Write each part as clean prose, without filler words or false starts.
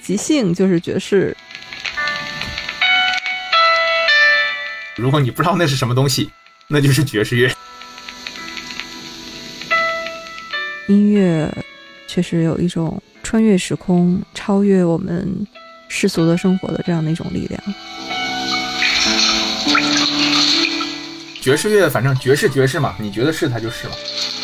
即兴就是爵士。 如果你不知道那是什么东西，那就是爵士乐。 音乐确实有一种穿越时空、超越我们世俗的生活的这样的一种力量。 爵士乐反正爵士嘛，你觉得是它就是了。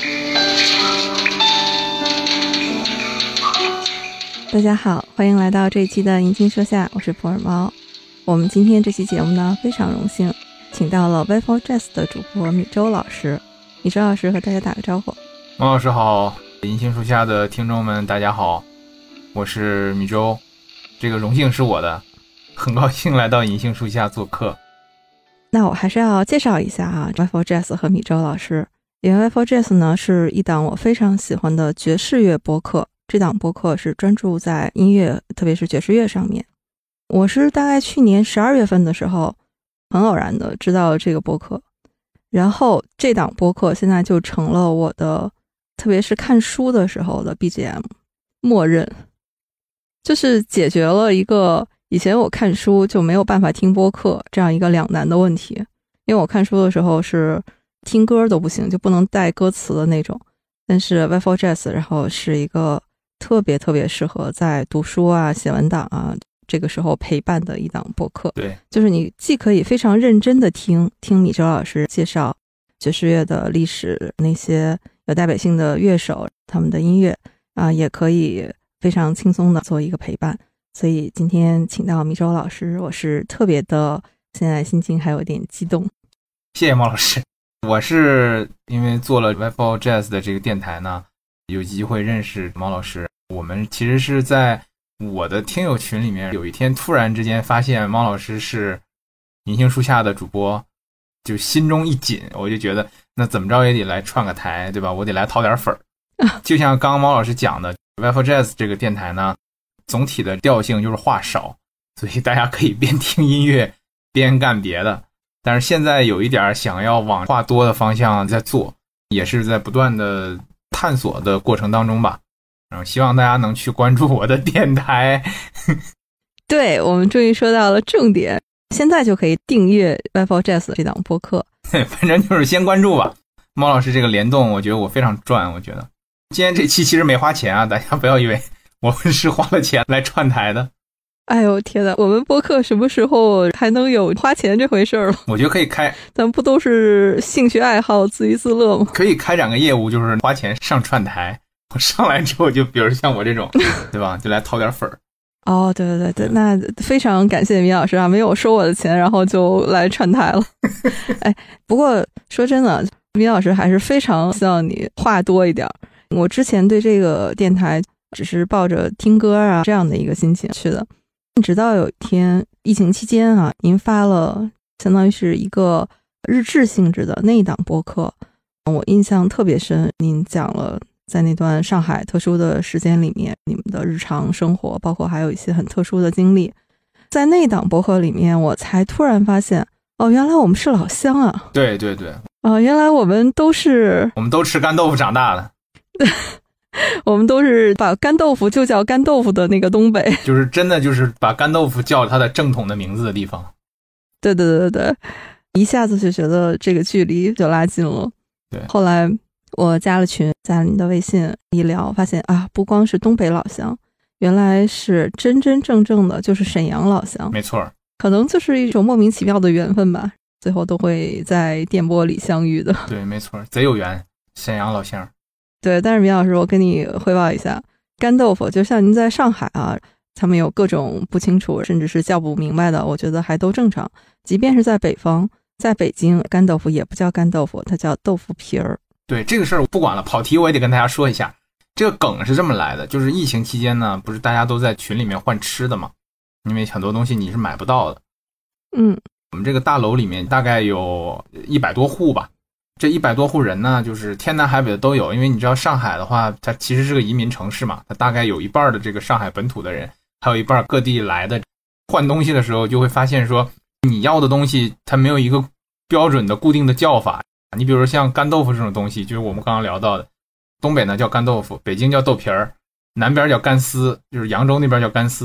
大家好，欢迎来到这一期的银杏说下，我是普洱猫。我们今天这期节目呢，非常荣幸请到了 Vivo Jazz 的主播米周老师。米周老师和大家打个招呼。 王老师好，银杏树下的听众们大家好，我是米周，这个荣幸是我的，很高兴来到银杏树下做客。 那我还是要介绍一下啊 Vivo Jazz 和米周老师。因为 Vivo Jazz 呢是一档我非常喜欢的爵士乐播客，这档播客是专注在音乐，特别是爵士乐上面。我是大概去年12月份的时候很偶然的知道了这个播客，然后这档播客现在就成了我的，特别是看书的时候的 BGM， 默认就是解决了一个以前我看书就没有办法听播客这样一个两难的问题。因为我看书的时候是听歌都不行，就不能带歌词的那种，但是 Vivo Jazz 然后是一个特别适合在读书啊、写文档啊这个时候陪伴的一档播客。 对， 就是你既可以非常认真的听米周老师介绍爵士乐的历史，那些有代表性的乐手他们的音乐啊，也可以非常轻松的做一个陪伴。所以今天请到米周老师，我是特别的，现在心情还有点激动。 谢谢毛老师。我是因为做了 Vivo Jazz 的这个电台呢，有机会认识毛老师。我们其实是在我的听友群里面，有一天突然之间发现毛老师是银杏树下的主播，就心中一紧，我就觉得那怎么着也得来串个台，对吧？我得来讨点粉儿。就像刚刚毛老师讲的 Vivo Jazz 这个电台呢，总体的调性就是话少，所以大家可以边听音乐边干别的。但是现在有一点想要往话多的方向在做，也是在不断的探索的过程当中吧。然后希望大家能去关注我的电台。 对，我们终于说到了重点，现在就可以订阅 Vivo Jazz 这档播客。 反正就是先关注吧。猫老师这个联动，我觉得我非常赚。我觉得今天这期其实没花钱啊，大家不要以为我们是花了钱来串台的。 哎呦天哪，我们播客什么时候还能有花钱这回事了？ 我觉得可以开， 咱不都是兴趣爱好自娱自乐吗？ 可以开展个业务，就是花钱上串台。我上来之后就比如像我这种对吧，就来掏点粉儿。 哦，对，那非常感谢米老师啊，没有收我的钱，然后就来串台了。哎，不过说真的，米老师还是非常希望你话多一点。我之前对这个电台只是抱着听歌啊这样的一个心情去的，直到有一天疫情期间啊，您发了相当于是一个日志性质的那一档播客，我印象特别深。您讲了在那段上海特殊的时间里面，你们的日常生活，包括还有一些很特殊的经历。在那档播客里面，我才突然发现，哦，原来我们是老乡啊！ 对， 原来我们都吃干豆腐长大的。 我们都是把干豆腐就叫干豆腐的那个东北， 就是真的就是把干豆腐叫它的正统的名字的地方。 对，一下子就觉得这个距离就拉近了。 对， 后来我加了群，加了你的微信，一聊发现啊，不光是东北老乡，原来是真正的就是沈阳老乡。 没错， 可能就是一种莫名其妙的缘分吧，最后都会在电波里相遇的。 对，没错，贼有缘，沈阳老乡。 对，但是米老师，我跟你汇报一下，干豆腐就像您在上海啊，他们有各种不清楚甚至是叫不明白的，我觉得还都正常。即便是在北方，在北京，干豆腐也不叫干豆腐，它叫豆腐皮儿。 对，这个事儿我不管了，跑题我也得跟大家说一下。这个梗是这么来的，就是疫情期间呢，不是大家都在群里面换吃的嘛，因为很多东西你是买不到的。我们这个大楼里面大概有100多户吧，这100多户人呢，就是天南海北的都有。因为你知道上海的话，它其实是个移民城市嘛，它大概有一半的这个上海本土的人，还有一半各地来的。换东西的时候就会发现说，你要的东西它没有一个标准的固定的叫法。你比如说像干豆腐这种东西，就是我们刚刚聊到的，东北呢叫干豆腐，北京叫豆皮儿，南边叫干丝，就是扬州那边叫干丝，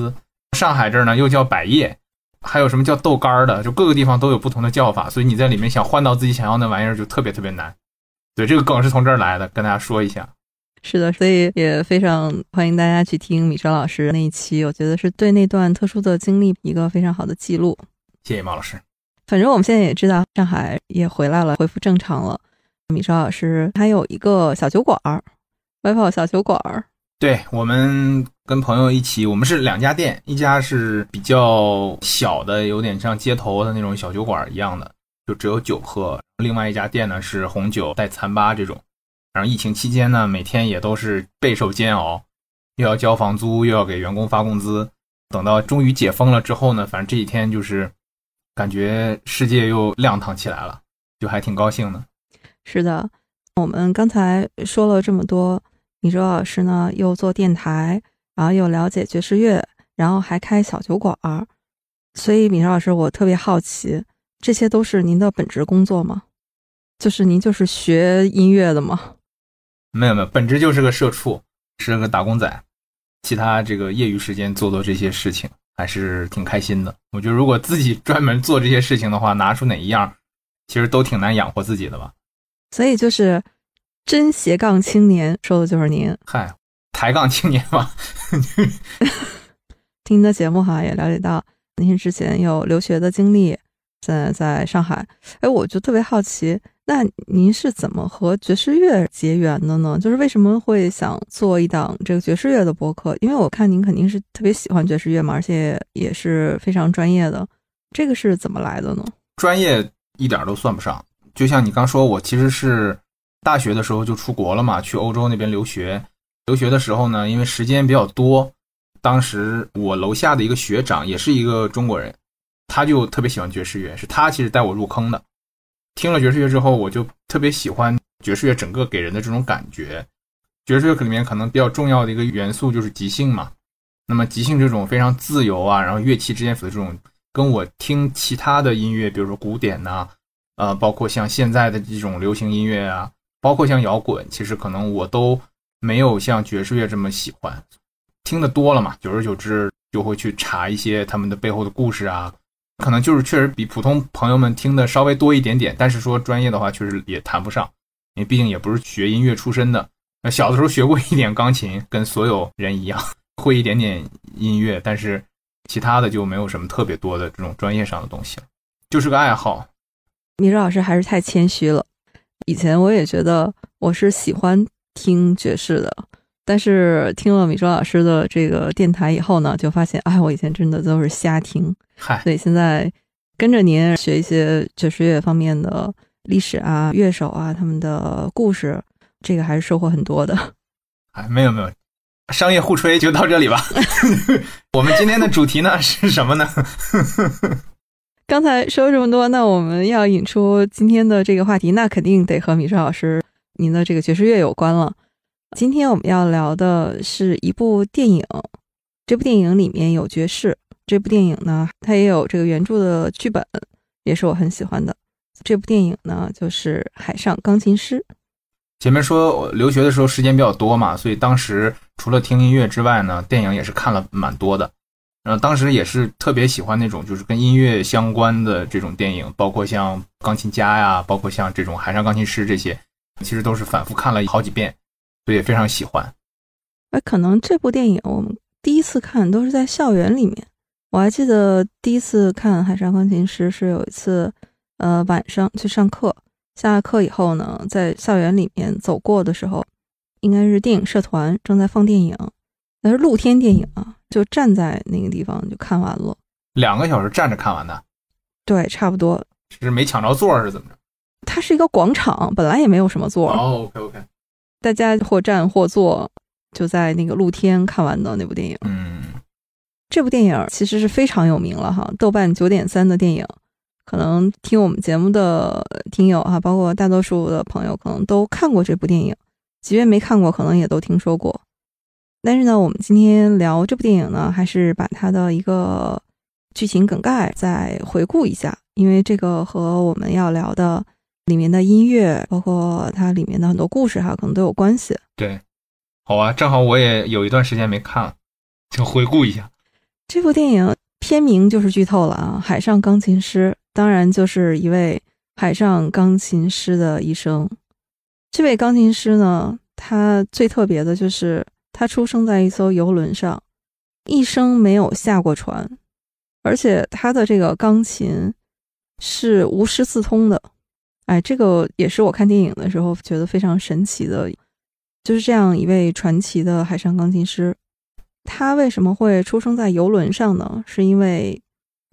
上海这儿呢又叫百叶，还有什么叫豆干的，就各个地方都有不同的叫法，所以你在里面想换到自己想要的玩意儿就特别特别难。对，这个梗是从这儿来的，跟大家说一下。 是的，所以也非常欢迎大家去听米周老师那一期，我觉得是对那段特殊的经历一个非常好的记录。 谢谢毛老师。 反正我们现在也知道上海也回来了，恢复正常了。米周老师还有一个小酒馆，Vivo 小酒馆。 对，我们跟朋友一起，我们是2家店，一家是比较小的，有点像街头的那种小酒馆一样的，就只有酒喝。另外一家店呢是红酒带餐吧这种。然后疫情期间呢，每天也都是备受煎熬，又要交房租，又要给员工发工资。等到终于解封了之后呢，反正这几天就是感觉世界又亮堂起来了，就还挺高兴的。 是的，我们刚才说了这么多，米周老师呢又做电台，然后又了解爵士乐，然后还开小酒馆。所以米周老师，我特别好奇，这些都是您的本职工作吗？就是您就是学音乐的吗？ 没有，本质就是个社畜，是个打工仔，其他这个业余时间做这些事情还是挺开心的。我觉得如果自己专门做这些事情的话，拿出哪一样其实都挺难养活自己的吧。 所以就是真斜杠青年，说的就是您。 嗨，抬杠青年嘛。 听您的节目也了解到您之前有留学的经历，现在在上海。我就特别好奇，那您是怎么和爵士乐结缘的呢？就是为什么会想做一档这个爵士乐的播客？因为我看您肯定是特别喜欢爵士乐嘛，而且也是非常专业的，这个是怎么来的呢？ 专业一点都算不上，就像你刚说，我其实是大学的时候就出国了嘛，去欧洲那边留学。留学的时候呢，因为时间比较多，当时我楼下的一个学长也是一个中国人，他就特别喜欢爵士乐，是他其实带我入坑的。听了爵士乐之后，我就特别喜欢爵士乐整个给人的这种感觉。爵士乐里面可能比较重要的一个元素就是即兴嘛，那么即兴这种非常自由啊，然后乐器之间的这种，跟我听其他的音乐，比如说古典呐，包括像现在的这种流行音乐啊，包括像摇滚，其实可能我都没有像爵士乐这么喜欢。听得多了嘛，久而久之就会去查一些他们的背后的故事啊，可能就是确实比普通朋友们听的稍微多一点点，但是说专业的话确实也谈不上，因为毕竟也不是学音乐出身的。小的时候学过一点钢琴，跟所有人一样会一点点音乐，但是其他的就没有什么特别多的这种专业上的东西了，就是个爱好。 米周老师还是太谦虚了，以前我也觉得我是喜欢听爵士的，但是听了米周老师的这个电台以后呢，就发现我以前真的都是瞎听。所以现在跟着您学一些爵士乐方面的历史啊、乐手啊他们的故事，这个还是收获很多的。 没有，商业互吹就到这里吧。我们今天的主题呢是什么呢？ 刚才说了这么多，那我们要引出今天的这个话题，那肯定得和米周老师您的这个爵士乐有关了。今天我们要聊的是一部电影，这部电影里面有爵士，这部电影呢它也有这个原著的剧本，也是我很喜欢的。这部电影呢就是《海上钢琴师》。 前面说我留学的时候时间比较多嘛，所以当时除了听音乐之外呢，电影也是看了蛮多的。当时也是特别喜欢那种就是跟音乐相关的这种电影，包括像钢琴家呀，包括像这种海上钢琴师，这些其实都是反复看了好几遍，所以也非常喜欢。 可能这部电影我们第一次看都是在校园里面。我还记得第一次看海上钢琴师是有一次晚上去上课，下课以后呢，在校园里面走过的时候，应该是电影社团正在放电影，那是露天电影啊，就站在那个地方就看完了。 2个小时站着看完的？ 对，差不多。 是没抢着座是怎么着？ 它是一个广场，本来也没有什么座。 OK， 大家或站或坐，就在那个露天看完的那部电影。这部电影其实是非常有名了哈，豆瓣9.3的电影，可能听我们节目的听友包括大多数的朋友可能都看过这部电影，即便没看过可能也都听说过。但是呢，我们今天聊这部电影呢，还是把它的一个剧情梗概再回顾一下，因为这个和我们要聊的里面的音乐，包括它里面的很多故事可能都有关系。 对，好啊，正好我也有一段时间没看了，就回顾一下。 这部电影片名就是剧透了啊，海上钢琴师，当然就是一位海上钢琴师的一生。这位钢琴师呢，他最特别的就是他出生在一艘游轮上，一生没有下过船，而且他的这个钢琴是无师自通的。哎，这个也是我看电影的时候觉得非常神奇的，就是这样一位传奇的海上钢琴师。他为什么会出生在游轮上呢？是因为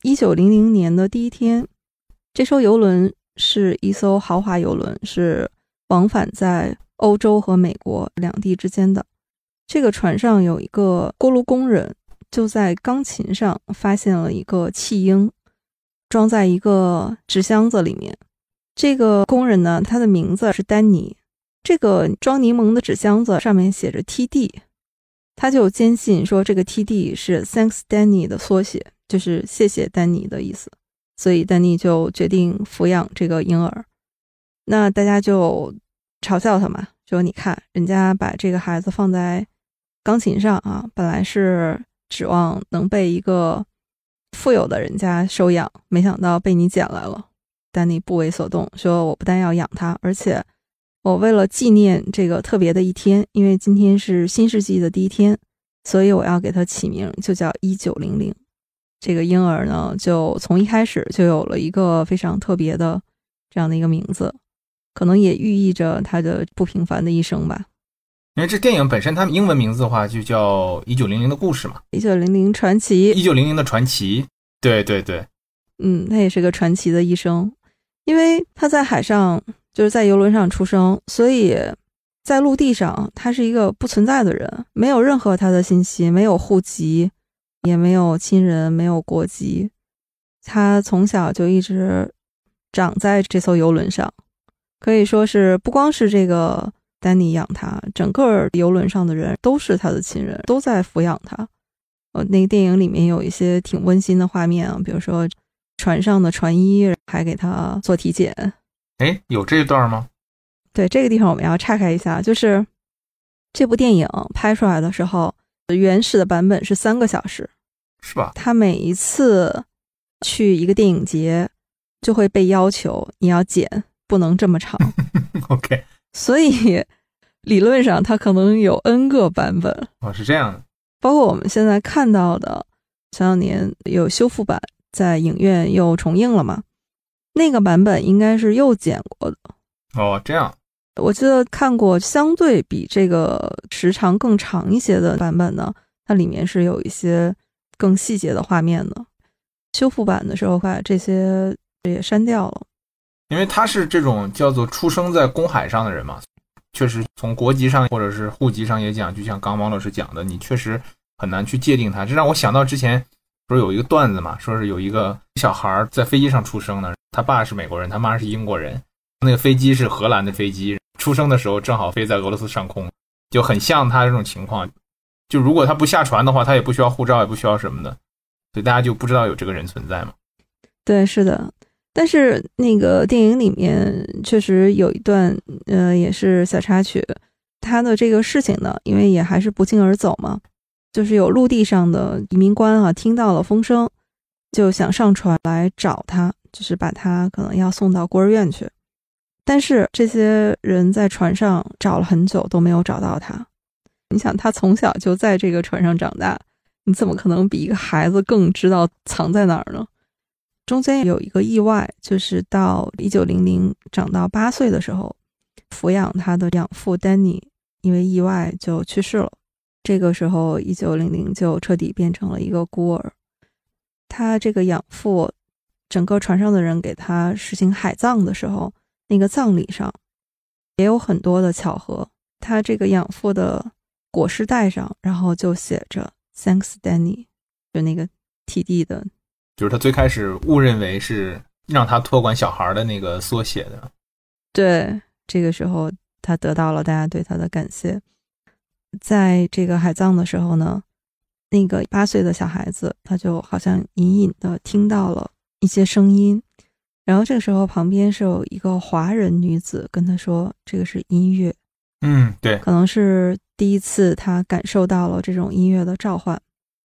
1900年的第一天，这艘游轮是一艘豪华游轮，是往返在欧洲和美国两地之间的。这个船上有一个锅炉工人，就在钢琴上发现了一个弃婴，装在一个纸箱子里面。这个工人呢，他的名字是丹尼。这个装柠檬的纸箱子上面写着 TD， 他就坚信说这个 TD 是 Thanks Danny 的缩写，就是谢谢丹尼的意思。所以丹尼就决定抚养这个婴儿。那大家就嘲笑他嘛，说你看人家把这个孩子放在钢琴上啊，本来是指望能被一个富有的人家收养，没想到被你捡来了。丹尼不为所动，说我不但要养他，而且我为了纪念这个特别的一天，因为今天是新世纪的第一天，所以我要给他起名，就叫1900。这个婴儿呢，就从一开始就有了一个非常特别的这样的一个名字，可能也寓意着他的不平凡的一生吧。 因为这电影本身它英文名字的话就叫1900的故事嘛 ，1900传奇 ，1900的传奇。对对对， 他也是个传奇的一生。因为他在海上，就是在游轮上出生，所以在陆地上他是一个不存在的人，没有任何他的信息，没有户籍，也没有亲人，没有国籍。他从小就一直长在这艘游轮上，可以说是不光是这个丹尼养他，整个游轮上的人都是他的亲人，都在抚养他。那个电影里面有一些挺温馨的画面啊，比如说船上的船医还给他做体检。 诶，有这一段吗？ 对，这个地方我们要岔开一下，就是这部电影拍出来的时候，原始的版本是3个小时， 是吧？ 他每一次去一个电影节就会被要求你要剪，不能这么长。 OK， 所以理论上它可能有 N 个版本。 哦，是这样的。 包括我们现在看到的前2年有修复版在影院又重映了嘛，那个版本应该是又剪过的。 哦，这样。 我记得看过相对比这个时长更长一些的版本呢，它里面是有一些更细节的画面的。修复版的时候把这些也删掉了。 因为他是这种叫做出生在公海上的人嘛，确实从国籍上或者是户籍上也讲，就像刚王老师讲的，你确实很难去界定他。这让我想到之前不是有一个段子嘛，说是有一个小孩在飞机上出生的，他爸是美国人，他妈是英国人，那个飞机是荷兰的飞机，出生的时候正好飞在俄罗斯上空，就很像他这种情况。就如果他不下船的话，他也不需要护照，也不需要什么的，所以大家就不知道有这个人存在嘛。 对，是的。但是那个电影里面确实有一段也是小插曲，他的这个事情呢，因为也还是不胫而走嘛，就是有陆地上的移民官啊听到了风声，就想上船来找他，就是把他可能要送到孤儿院去。但是这些人在船上找了很久都没有找到他。你想他从小就在这个船上长大，你怎么可能比一个孩子更知道藏在哪儿呢？中间有一个意外，就是到1900长到8岁的时候，抚养他的养父丹尼因为意外就去世了。这个时候1900就彻底变成了一个孤儿。他这个养父，整个船上的人给他实行海葬的时候，那个葬礼上也有很多的巧合。他这个养父的裹尸袋上，然后就写着 Thanks Danny， 就那个 TD 的， 就是他最开始误认为是让他托管小孩的那个缩写的。 对，这个时候他得到了大家对他的感谢。在这个海葬的时候呢，那个8岁的小孩子他就好像隐隐的听到了一些声音，然后这个时候旁边是有一个华人女子跟他说这个是音乐。 对， 可能是第一次他感受到了这种音乐的召唤。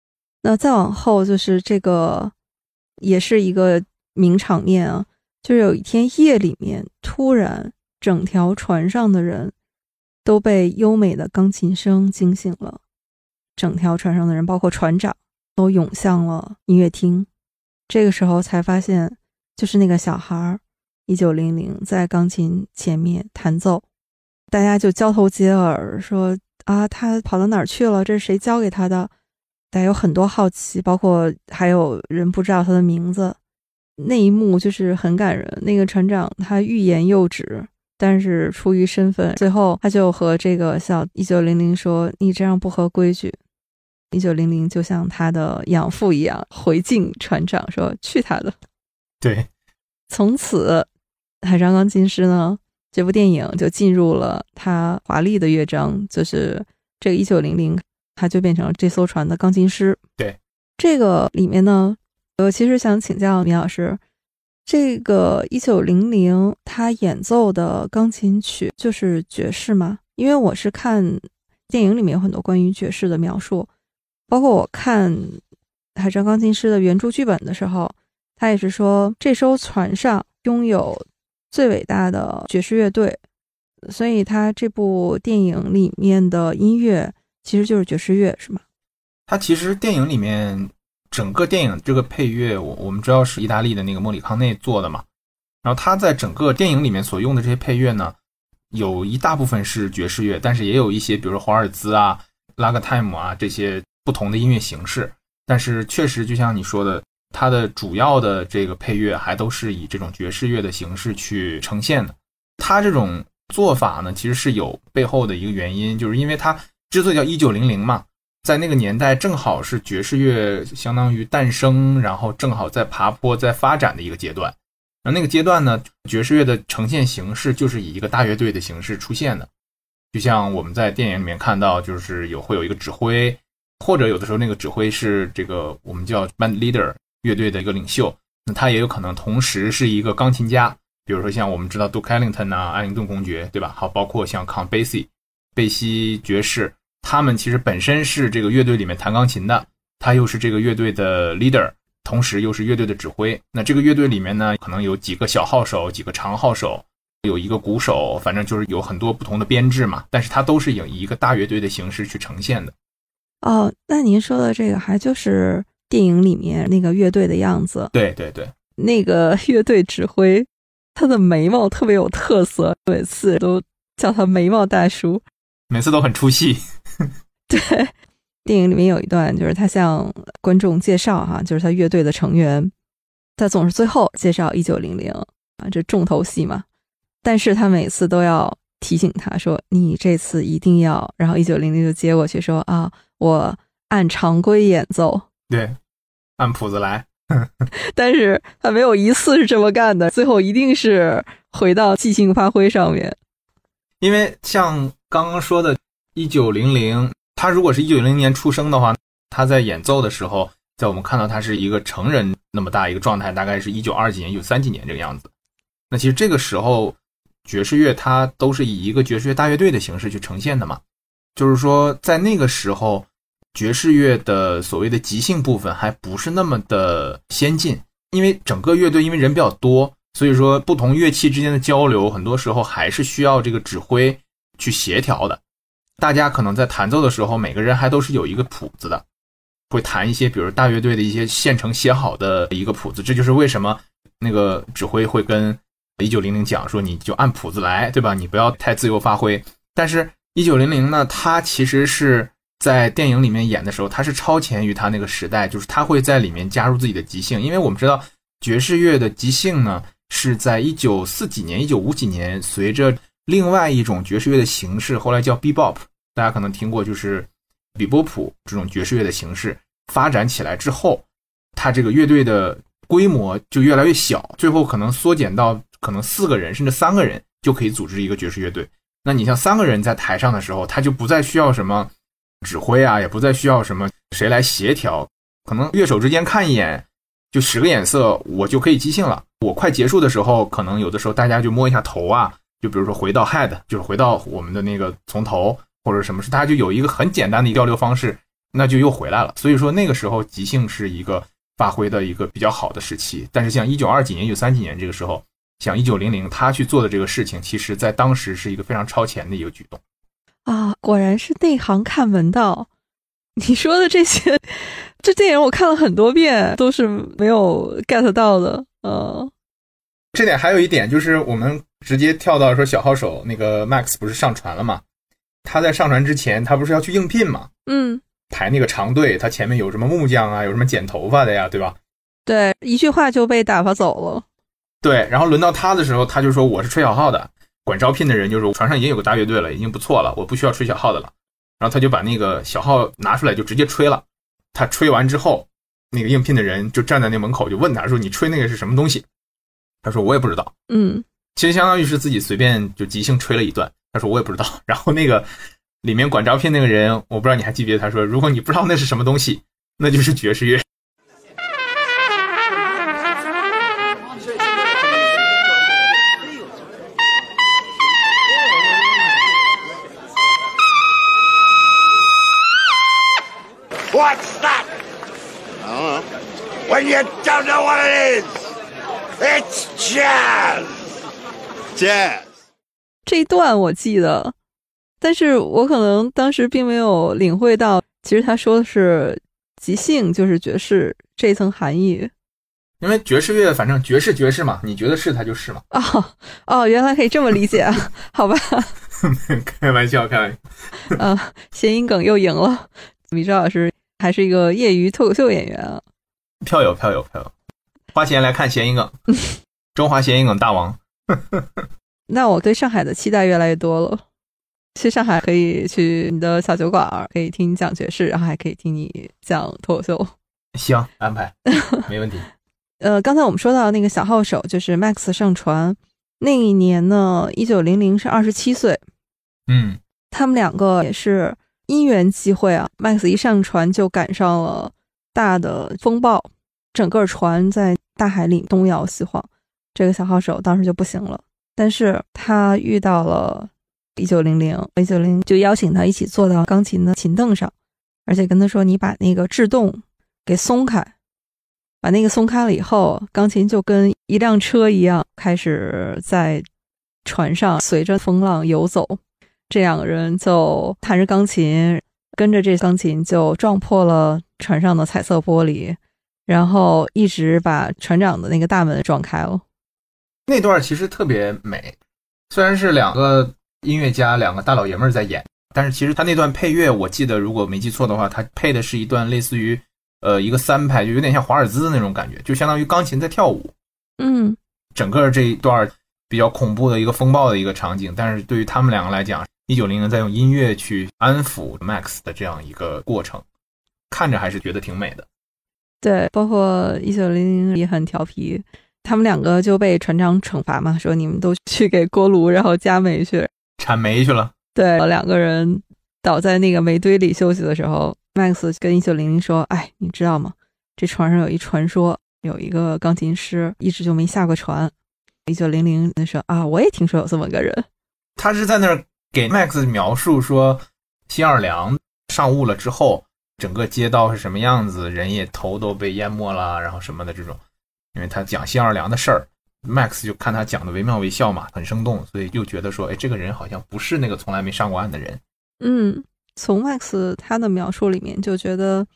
那再往后就是这个也是一个名场面啊，就是有一天夜里面，突然整条船上的人都被优美的钢琴声惊醒了，整条船上的人包括船长都涌向了音乐厅。这个时候才发现，就是那个小孩1900在钢琴前面弹奏，大家就交头接耳说啊，他跑到哪儿去了？这是谁教给他的？大家有很多好奇，包括还有人不知道他的名字。那一幕就是很感人，那个船长他欲言又止，但是出于身份，最后他就和这个小1900说，你这样不合规矩。1900就像他的养父一样回敬船长说，去他的。 对， 从此海上钢琴师呢，这部电影就进入了他华丽的乐章，就是这个1900他就变成了这艘船的钢琴师。 对， 这个里面呢，我其实想请教米老师，这个1900他演奏的钢琴曲就是爵士吗？因为我是看电影里面有很多关于爵士的描述，包括我看海上钢琴师的原著剧本的时候，他也是说这艘船上拥有最伟大的爵士乐队，所以他这部电影里面的音乐其实就是爵士乐，是吗？ 它其实电影里面整个电影这个配乐，我们知道是意大利的那个莫里康内做的嘛，然后他在整个电影里面所用的这些配乐呢，有一大部分是爵士乐，但是也有一些比如说华尔兹啊、拉格泰姆啊这些不同的音乐形式，但是确实就像你说的，它的主要的这个配乐还都是以这种爵士乐的形式去呈现的。它这种做法呢，其实是有背后的一个原因，就是因为它之所以叫1900嘛，在那个年代正好是爵士乐相当于诞生，然后正好在爬坡在发展的一个阶段。然后那个阶段呢，爵士乐的呈现形式就是以一个大乐队的形式出现的，就像我们在电影里面看到，就是会有一个指挥，或者有的时候那个指挥是这个我们叫 band leader 乐队的一个领袖，那他也有可能同时是一个钢琴家，比如说像我们知道 Duke Ellington 啊、艾灵顿公爵，对吧？好，包括像 Count Basie 贝西爵士，他们其实本身是这个乐队里面弹钢琴的，他又是这个乐队的 leader， 同时又是乐队的指挥。那这个乐队里面呢，可能有几个小号手，几个长号手，有一个鼓手，反正就是有很多不同的编制嘛，但是它都是以一个大乐队的形式去呈现的。 哦，那您说的这个还就是电影里面那个乐队的样子。 对对对， 那个乐队指挥他的眉毛特别有特色，每次都叫他眉毛大叔， 每次都很出戏。 对，电影里面有一段就是他向观众介绍就是他乐队的成员，他总是最后介绍1900啊，这重头戏嘛，但是他每次都要提醒他说你这次一定要，然后1900就接过去说啊，我按常规演奏， 对，按谱子来。 但是他没有一次是这么干的，最后一定是回到即兴发挥上面。 因为像刚刚说的1900，他如果是1900年出生的话，他在演奏的时候，在我们看到他是一个成人那么大一个状态，大概是1920几年、1930几年这个样子。那其实这个时候爵士乐它都是以一个爵士乐大乐队的形式去呈现的嘛，就是说在那个时候爵士乐的所谓的即兴部分还不是那么的先进，因为整个乐队因为人比较多，所以说不同乐器之间的交流很多时候还是需要这个指挥去协调的。大家可能在弹奏的时候每个人还都是有一个谱子的，会弹一些比如大乐队的一些现成写好的一个谱子，这就是为什么那个指挥会跟1900讲说你就按谱子来，对吧？你不要太自由发挥。但是1900呢，他其实是在电影里面演的时候，他是超前于他那个时代，就是他会在里面加入自己的即兴。因为我们知道爵士乐的即兴呢，是在1940几年、1950几年，随着另外一种爵士乐的形式，后来叫 bebop， 大家可能听过，就是比波普这种爵士乐的形式发展起来之后，他这个乐队的规模就越来越小，最后可能缩减到可能4个人甚至3个人就可以组织一个爵士乐队。那你像3个人在台上的时候，他就不再需要什么指挥啊，也不再需要什么谁来协调，可能乐手之间看一眼就10个眼色我就可以即兴了。我快结束的时候，可能有的时候大家就摸一下头啊，就比如说回到 head， 就是回到我们的那个从头或者什么事，大家就有一个很简单的交流方式， 那就又回来了。所以说那个时候即兴是一个发挥的一个比较好的时期。但是像1920几年、1930几年这个时候，像1900他去做的这个事情，其实在当时是一个非常超前的一个举动啊！果然是内行看门道。你说的这些，这电影我看了很多遍，都是没有 get 到的。 这点还有一点就是我们直接跳到说小号手那个 Max 不是上船了吗？他在上船之前他不是要去应聘吗？排那个长队，他前面有什么木匠啊，有什么剪头发的呀，对吧？ 对，一句话就被打发走了。 对，然后轮到他的时候，他就说我是吹小号的，管招聘的人就说船上已经有个大乐队了，已经不错了，我不需要吹小号的了。然后他就把那个小号拿出来就直接吹了。他吹完之后，那个应聘的人就站在那门口就问他说你吹那个是什么东西？他说我也不知道。其实相当于是自己随便就即兴吹了一段。他说我也不知道。然后那个里面管招聘那个人，我不知道你还记不记得，他说如果你不知道那是什么东西，那就是爵士乐。 What's that? I don't know. When you don't know what it is, it's jazz. Jazz. 这一段我记得，但是我可能当时并没有领会到，其实他说的是即兴就是爵士这一层含义。 因为爵士乐反正爵士嘛，你觉得是它就是嘛。 原来可以这么理解啊。好吧。 开玩笑。 谐音梗又赢了。米周老师还是一个业余脱口秀演员啊。 票友，花钱来看谐音梗。中华谐音梗大王。 那我对上海的期待越来越多了。去上海可以去你的小酒馆，可以听你讲爵士，然后还可以听你讲脱口秀。 行，安排，没问题。 刚才我们说到那个小号手，就是 Max 上船那一年呢，1900是27岁。他们两个也是因缘际会啊 ，Max 一上船就赶上了大的风暴，整个船在大海里东摇西晃。这个小号手当时就不行了，但是他遇到了1900就邀请他一起坐到钢琴的琴凳上，而且跟他说你把那个制动给松开，把那个松开了以后，钢琴就跟一辆车一样开始在船上随着风浪游走。这两个人就弹着钢琴，跟着这钢琴就撞破了船上的彩色玻璃，然后一直把船长的那个大门撞开了。 那段其实特别美，虽然是两个音乐家，两个大老爷们在演，但是其实他那段配乐，我记得如果没记错的话，他配的是一段类似于一个三拍，就有点像华尔兹的那种感觉，就相当于钢琴在跳舞。整个这一段比较恐怖的一个风暴的一个场景，但是对于他们两个来讲，1900在用音乐去安抚 Max 的这样一个过程，看着还是觉得挺美的。 对，包括1900也很调皮，他们两个就被船长惩罚嘛，说你们都去给锅炉然后加煤去， 铲煤去了。 对，两个人倒在那个煤堆里休息的时候， Max 跟1900说，哎，你知道吗，这船上有一传说，有一个钢琴师一直就没下过船。1900说啊，我也听说有这么个人。 他是在那儿给 Max 描述说新奥尔良上雾了之后整个街道是什么样子，人也头都被淹没了，然后什么的这种。因为他讲新奥尔良的事儿， Max 就看他讲的惟妙惟肖嘛，很生动，所以就觉得说，哎，这个人好像不是那个从来没上过岸的人。 从 Max 他的描述里面就觉得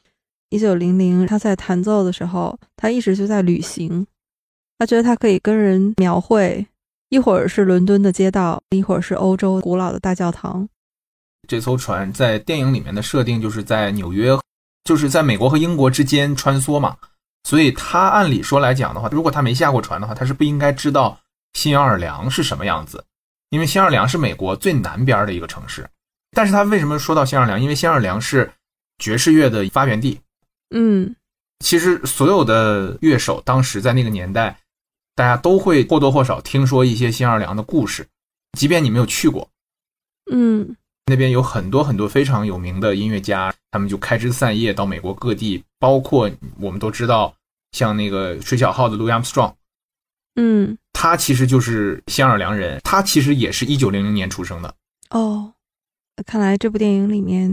1900他在弹奏的时候，他一直就在旅行。他觉得他可以跟人描绘，一会儿是伦敦的街道，一会儿是欧洲古老的大教堂。 这艘船在电影里面的设定就是在纽约，就是在美国和英国之间穿梭嘛，所以他按理说来讲的话，如果他没下过船的话，他是不应该知道新奥尔良是什么样子，因为新奥尔良是美国最南边的一个城市。但是他为什么说到新奥尔良？因为新奥尔良是爵士乐的发源地。其实所有的乐手当时在那个年代，大家都会或多或少听说一些新奥尔良的故事，即便你没有去过。那边有很多很多非常有名的音乐家，他们就开枝散叶到美国各地，包括我们都知道像那个吹小号的 Louis Armstrong。他其实就是新奥尔良人，他其实也是1900年出生的。 看来这部电影里面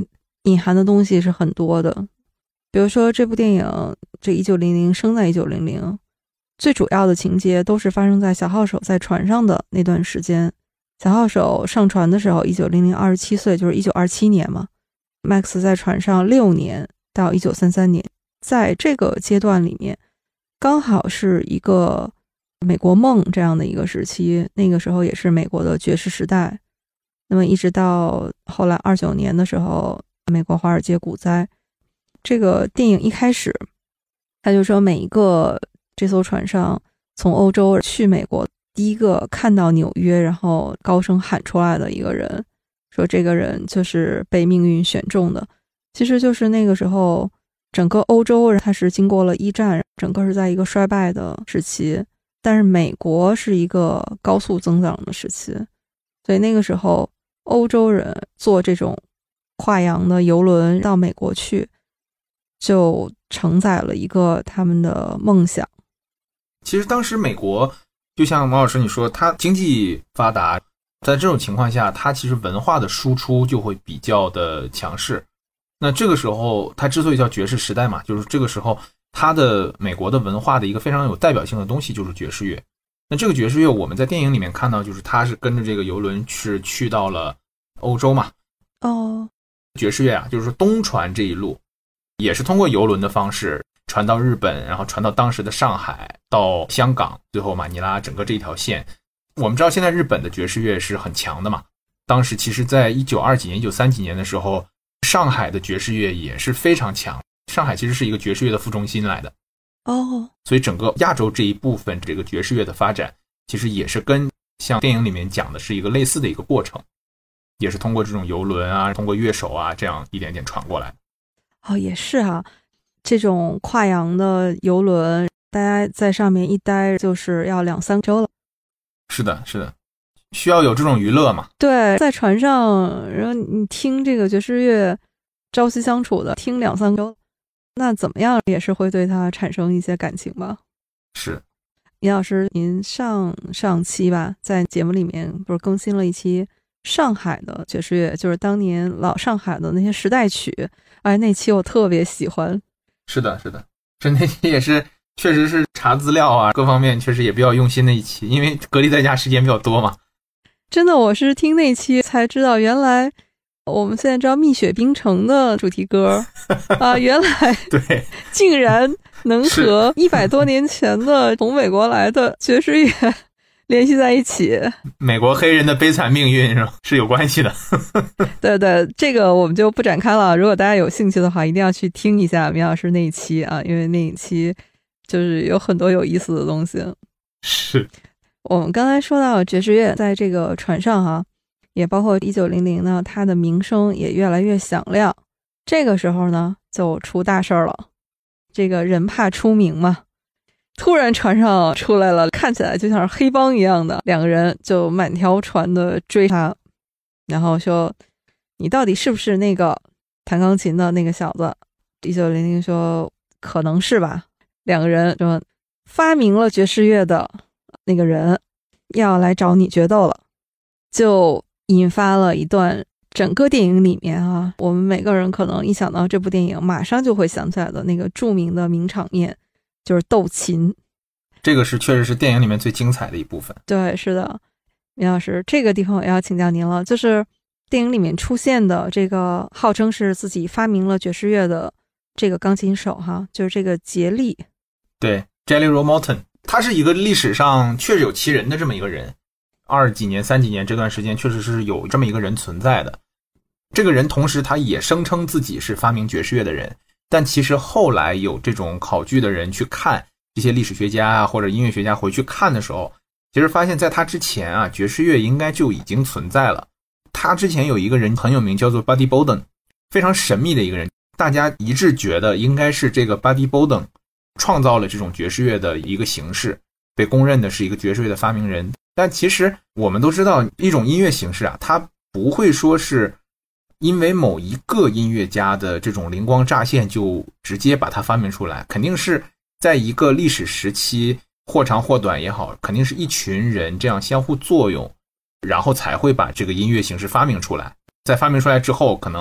隐含的东西是很多的。比如说这部电影这1900生在1900，最主要的情节都是发生在小号手在船上的那段时间。小号手上船的时候1900 27岁，就是1927年嘛。Max 在船上6年到1933年，在这个阶段里面刚好是一个美国梦这样的一个时期，那个时候也是美国的爵士时代。那么一直到后来29年的时候，美国华尔街股灾。这个电影一开始他就说，每一个这艘船上从欧洲去美国第一个看到纽约然后高声喊出来的一个人，说这个人就是被命运选中的。其实就是那个时候整个欧洲它是经过了1战，整个是在一个衰败的时期，但是美国是一个高速增长的时期，所以那个时候欧洲人坐这种跨洋的邮轮到美国去，就承载了一个他们的梦想。 其实当时美国就像毛老师你说，它经济发达，在这种情况下它其实文化的输出就会比较的强势。那这个时候它之所以叫爵士时代嘛，就是这个时候它的美国的文化的一个非常有代表性的东西就是爵士乐。那这个爵士乐我们在电影里面看到，就是它是跟着这个邮轮是去到了欧洲嘛。爵士乐啊，就是说东传这一路也是通过邮轮的方式传到日本，然后传到当时的上海，到香港，最后马尼拉，整个这一条线。我们知道现在日本的爵士乐是很强的嘛，当时其实在1920几年1930几年的时候，上海的爵士乐也是非常强，上海其实是一个爵士乐的副中心来的。所以整个亚洲这一部分这个爵士乐的发展其实也是跟像电影里面讲的是一个类似的一个过程，也是通过这种邮轮啊，通过乐手啊，这样一点点传过来。 也是啊，这种跨洋的邮轮大家在上面一待就是要2-3周了。 是的是的，需要有这种娱乐嘛。 对，在船上然后你听这个爵士乐朝夕相处的听2-3周，那怎么样也是会对他产生一些感情吧。 是。 尹老师您上期吧，在节目里面不是更新了一期上海的爵士乐，就是当年老上海的那些时代曲，那期我特别喜欢。 是的是的，这那期也是确实是查资料啊，各方面确实也比较用心的一期，因为隔离在家时间比较多嘛。 真的，我是听那期才知道，原来我们现在知道蜜雪冰城的主题歌原来对， 竟然能和100多年前的从美国来的爵士乐联系在一起。 美国黑人的悲惨命运是有关系的。 对对，这个我们就不展开了，如果大家有兴趣的话一定要去听一下米老师那一期啊，因为那一期就是有很多有意思的东西。 是。 我们刚才说到爵士乐在这个船上也包括1900呢，它的名声也越来越响亮。这个时候呢就出大事了，这个人怕出名嘛，突然船上出来了看起来就像是黑帮一样的2个人，就满条船的追他，然后说你到底是不是那个弹钢琴的那个小子。1900说可能是吧。2个人说发明了爵士乐的那个人要来找你决斗了，就引发了一段整个电影里面我们每个人可能一想到这部电影马上就会想起来的那个著名的名场面，就是斗琴。 这个是确实是电影里面最精彩的一部分。 对，是的。米老师，这个地方我要请教您了，就是电影里面出现的这个号称是自己发明了爵士乐的这个钢琴手就是这个杰利。 对， Jelly Roll Morton， 他是一个历史上确实有其人的这么一个人，20几年30几年这段时间确实是有这么一个人存在的。这个人同时他也声称自己是发明爵士乐的人，但其实后来有这种考据的人去看，这些历史学家或者音乐学家回去看的时候，其实发现在他之前爵士乐应该就已经存在了。他之前有一个人很有名，叫做 Buddy Bolden， 非常神秘的一个人，大家一致觉得应该是这个 Buddy Bolden 创造了这种爵士乐的一个形式，被公认的是一个爵士乐的发明人。但其实我们都知道，一种音乐形式它不会说是因为某一个音乐家的这种灵光乍现就直接把它发明出来，肯定是在一个历史时期或长或短也好，肯定是一群人这样相互作用，然后才会把这个音乐形式发明出来。在发明出来之后，可能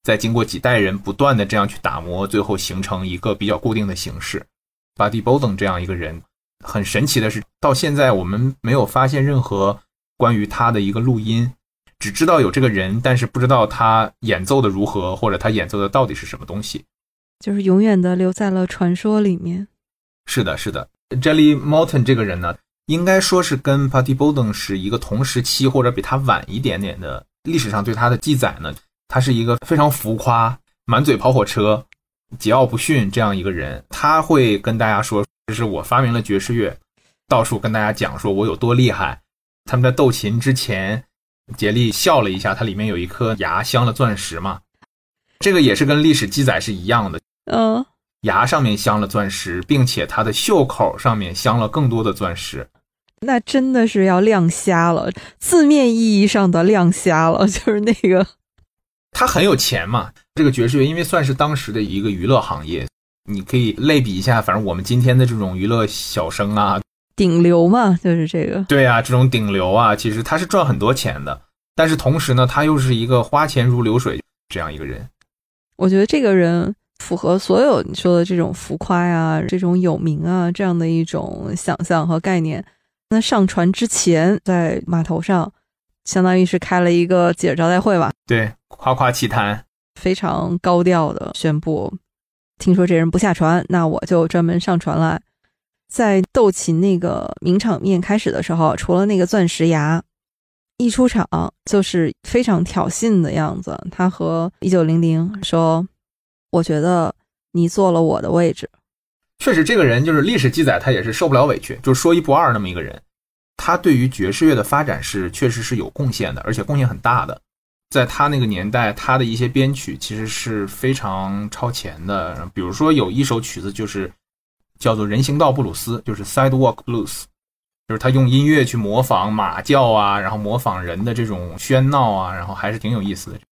再经过几代人不断的这样去打磨，最后形成一个比较固定的形式。Buddy Bolden 这样一个人，很神奇的是，到现在我们没有发现任何关于他的一个录音，只知道有这个人，但是不知道他演奏的如何，或者他演奏的到底是什么东西， 就是永远的留在了传说里面。 是的，是的。Jelly Morton 这个人呢，应该说是跟 Buddy Bolden 是一个同时期或者比他晚一点点的。历史上对他的记载呢，他是一个非常浮夸、满嘴跑火车、桀骜不驯这样一个人。他会跟大家说，这是我发明了爵士乐，到处跟大家讲说我有多厉害。他们在斗琴之前，杰利笑了一下，他里面有一颗牙镶了钻石嘛，这个也是跟历史记载是一样的。牙上面镶了钻石，并且他的袖口上面镶了更多的钻石。 那真的是要亮瞎了，字面意义上的亮瞎了，就是那个他很有钱嘛。这个爵士乐因为算是当时的一个娱乐行业，你可以类比一下，反正我们今天的这种娱乐小生啊， 顶流嘛，就是这个。 对啊，这种顶流啊，其实他是赚很多钱的，但是同时呢，他又是一个花钱如流水这样一个人。 我觉得这个人符合所有你说的这种浮夸啊，这种有名啊，这样的一种想象和概念。那上船之前，在码头上，相当于是开了一个记者招待会吧？ 对，夸夸其谈， 非常高调的宣布，听说这人不下船，那我就专门上船来。在斗琴那个名场面开始的时候，除了那个钻石牙，一出场就是非常挑衅的样子。他和1900说，我觉得你坐了我的位置。 确实这个人就是历史记载他也是受不了委屈，就是说一不二那么一个人。他对于爵士乐的发展是确实是有贡献的，而且贡献很大的。在他那个年代，他的一些编曲其实是非常超前的。比如说有一首曲子就是叫做人行道布鲁斯，就是 Sidewalk Blues， 就是他用音乐去模仿马叫啊，然后模仿人的这种喧闹啊，然后还是挺有意思的。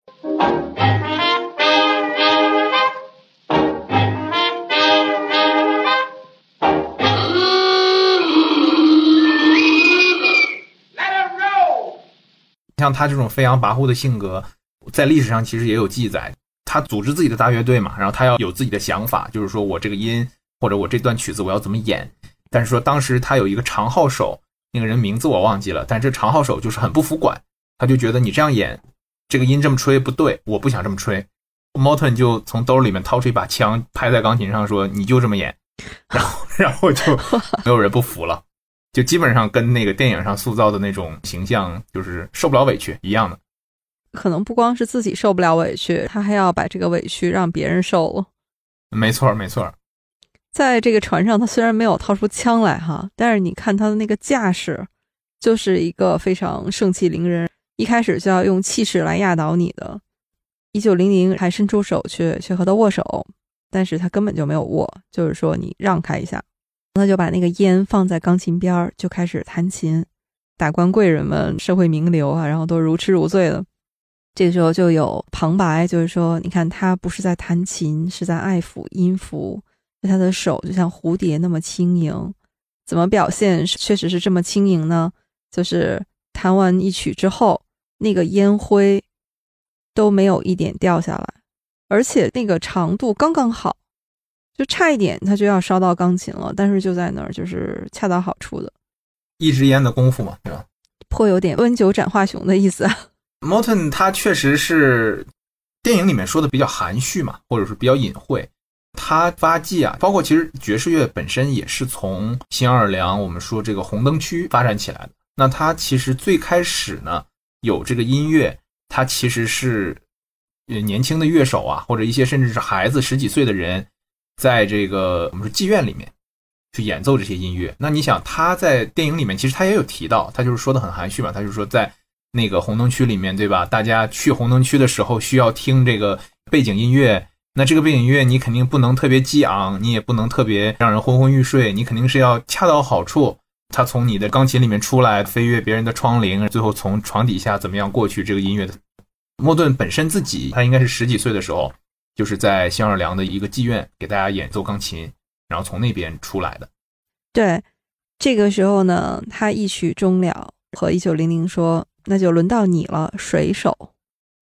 像他这种飞扬跋扈的性格，在历史上其实也有记载。他组织自己的大乐队嘛，然后他要有自己的想法，就是说我这个音或者我这段曲子我要怎么演。但是说当时他有一个长号手，那个人名字我忘记了，但这长号手就是很不服管，他就觉得你这样演，这个音这么吹不对，我不想这么吹。Morton 就从兜里面掏出一把枪，拍在钢琴上说你就这么演，然后就没有人不服了。就基本上跟那个电影上塑造的那种形象就是受不了委屈一样的。 可能不光是自己受不了委屈，他还要把这个委屈让别人受了。 没错没错。 在这个船上，他虽然没有掏出枪来哈，但是你看他的那个架势，就是一个非常盛气凌人，一开始就要用气势来压倒你的。1900还伸出手去和他握手，但是他根本就没有握，就是说你让开一下。他就把那个烟放在钢琴边，就开始弹琴。达官贵人们、社会名流啊，然后都如痴如醉的。这个时候就有旁白，就是说，你看他不是在弹琴，是在爱抚音符，他的手就像蝴蝶那么轻盈。怎么表现确实是这么轻盈呢？就是弹完一曲之后，那个烟灰都没有一点掉下来，而且那个长度刚刚好。就差一点他就要烧到钢琴了，但是就在那儿，就是恰到好处的一支烟的功夫嘛，对吧？ 颇有点温酒斩华雄的意思啊。 Morton 他确实是电影里面说的比较含蓄嘛，或者是比较隐晦。他发迹啊，包括其实爵士乐本身也是从新奥尔良我们说这个红灯区发展起来的。那他其实最开始呢有这个音乐，他其实是年轻的乐手啊，或者一些甚至是孩子10几岁的人，在这个我们说妓院里面去演奏这些音乐。那你想他在电影里面其实他也有提到，他就是说的很含蓄嘛，他就是说在那个红灯区里面，对吧，大家去红灯区的时候需要听这个背景音乐，那这个背景音乐你肯定不能特别激昂，你也不能特别让人昏昏欲睡，你肯定是要恰到好处。他从你的钢琴里面出来，飞越别人的窗棂，最后从床底下怎么样过去这个音乐的。莫顿本身自己他应该是10几岁的时候，就是在新奥尔良的一个妓院给大家演奏钢琴，然后从那边出来的。 对，这个时候呢，他一曲终了，和1900说，那就轮到你了，水手。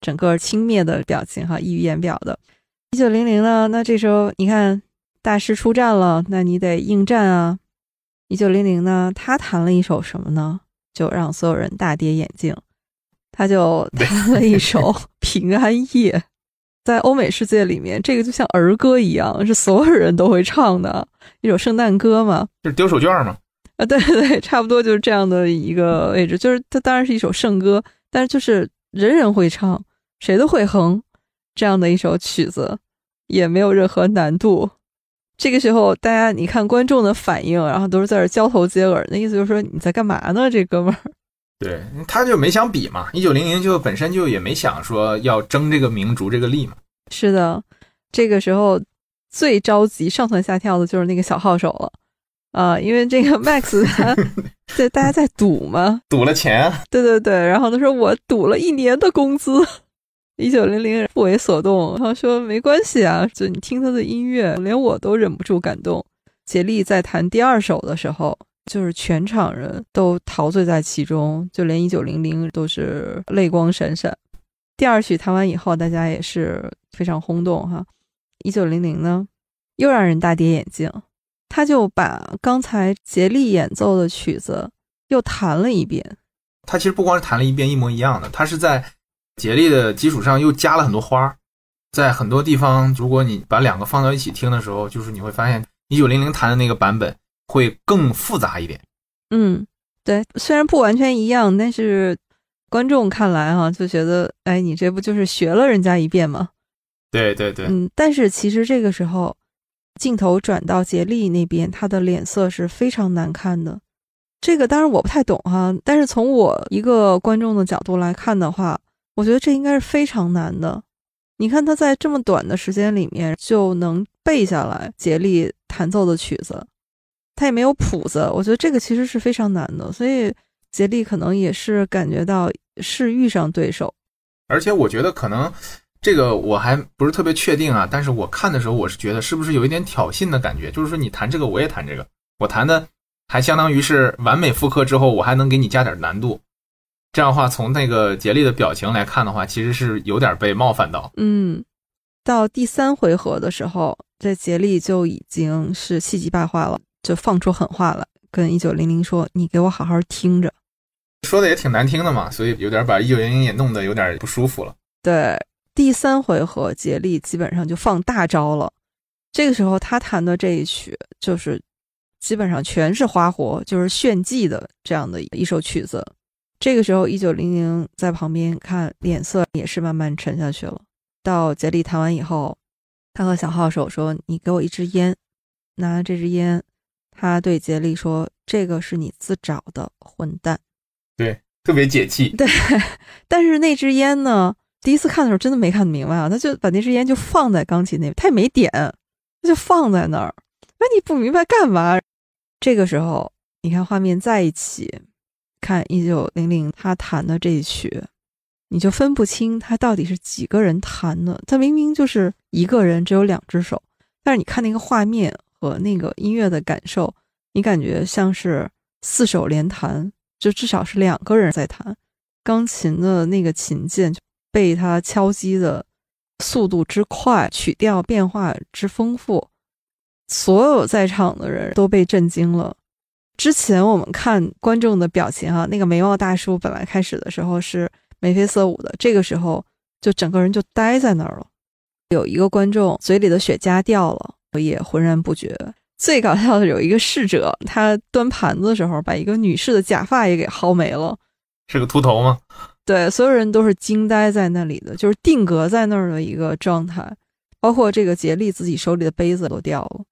整个轻蔑的表情哈，溢于言表的。1900呢，那这时候你看大师出战了，那你得应战啊。1900呢，他弹了一首什么呢？就让所有人大跌眼镜。他就弹了一首《平安夜》。在欧美世界里面，这个就像儿歌一样，是所有人都会唱的一首圣诞歌嘛， 就是丢手绢嘛。 对对对，差不多就是这样的一个位置。就是它当然是一首圣歌，但是就是人人会唱，谁都会哼这样的一首曲子，也没有任何难度。这个时候大家你看观众的反应，然后都是在这交头接耳，那意思就是说你在干嘛呢这哥们儿。 对，他就没想比嘛，1900就本身就也没想说要争这个名逐这个利嘛。 是的，这个时候最着急上蹿下跳的就是那个小号手了因为这个 Max 他对大家在赌嘛， 赌了钱。 对对对，然后他说我赌了1年的工资。1900不为所动，然后说没关系啊，就你听他的音乐，连我都忍不住感动。杰利在弹第2首的时候，就是全场人都陶醉在其中，就连1900都是泪光闪闪。第2曲弹完以后，大家也是非常轰动哈。1900呢，又让人大跌眼镜，他就把刚才杰利演奏的曲子又弹了一遍。 他其实不光是弹了一遍一模一样的，他是在杰利的基础上又加了很多花。在很多地方，如果你把2个放到一起听的时候，就是你会发现1900弹的那个版本会更复杂一点。 对，虽然不完全一样，但是观众看来就觉得哎，你这不就是学了人家一遍吗？ 对对对。 但是其实这个时候镜头转到杰利那边，他的脸色是非常难看的。这个当然我不太懂但是从我一个观众的角度来看的话，我觉得这应该是非常难的。你看他在这么短的时间里面就能背下来杰利弹奏的曲子，他也没有谱子，我觉得这个其实是非常难的，所以杰利可能也是感觉到是遇上对手。 而且我觉得可能这个我还不是特别确定但是我看的时候我是觉得是不是有一点挑衅的感觉，就是说你弹这个我也弹这个，我弹的还相当于是完美复刻之后，我还能给你加点难度。这样的话，从那个杰利的表情来看的话，其实是有点被冒犯到。 到第3回合的时候，这杰利就已经是气急败坏了，就放出狠话了，跟1900说：“你给我好好听着。” 说的也挺难听的嘛，所以有点把1900也弄得有点不舒服了。 对，第3回合杰利基本上就放大招了。这个时候他弹的这一曲就是基本上全是花活，就是炫技的这样的一首曲子。这个时候1900在旁边看，脸色也是慢慢沉下去了。到杰利弹完以后，他和小号手说：“你给我一支烟。”拿这支烟，他对杰利说：“这个是你自找的，混蛋。” 对，特别解气。 对，但是那支烟呢，第一次看的时候真的没看明白他就把那支烟就放在钢琴那边，他也没点，他就放在那儿。那你不明白干嘛？这个时候你看画面在一起看1900他弹的这一曲，你就分不清他到底是几个人弹的。他明明就是一个人，只有2只手，但是你看那个画面和那个音乐的感受，你感觉像是4手连弹，就至少是2个人在弹。钢琴的那个琴键被他敲击的速度之快，曲调变化之丰富，所有在场的人都被震惊了。之前我们看观众的表情那个眉毛大叔本来开始的时候是眉飞色舞的，这个时候就整个人就呆在那儿了。有一个观众嘴里的雪茄掉了，也浑然不觉。最搞笑的有一个侍者，他端盘子的时候把一个女士的假发也给薅没了。 是个秃头吗？ 对，所有人都是惊呆在那里的，就是定格在那儿的一个状态，包括这个杰利自己手里的杯子都掉了。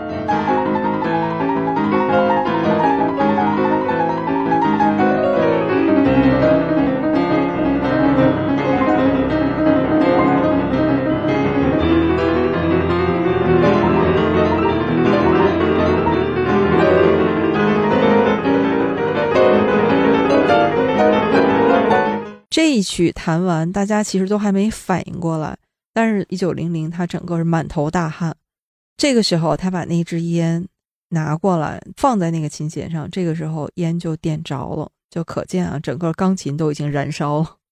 这一曲弹完，大家其实都还没反应过来，但是1900他整个是满头大汗。这个时候他把那支烟拿过来放在那个琴弦上，这个时候烟就点着了，就可见整个钢琴都已经燃烧了。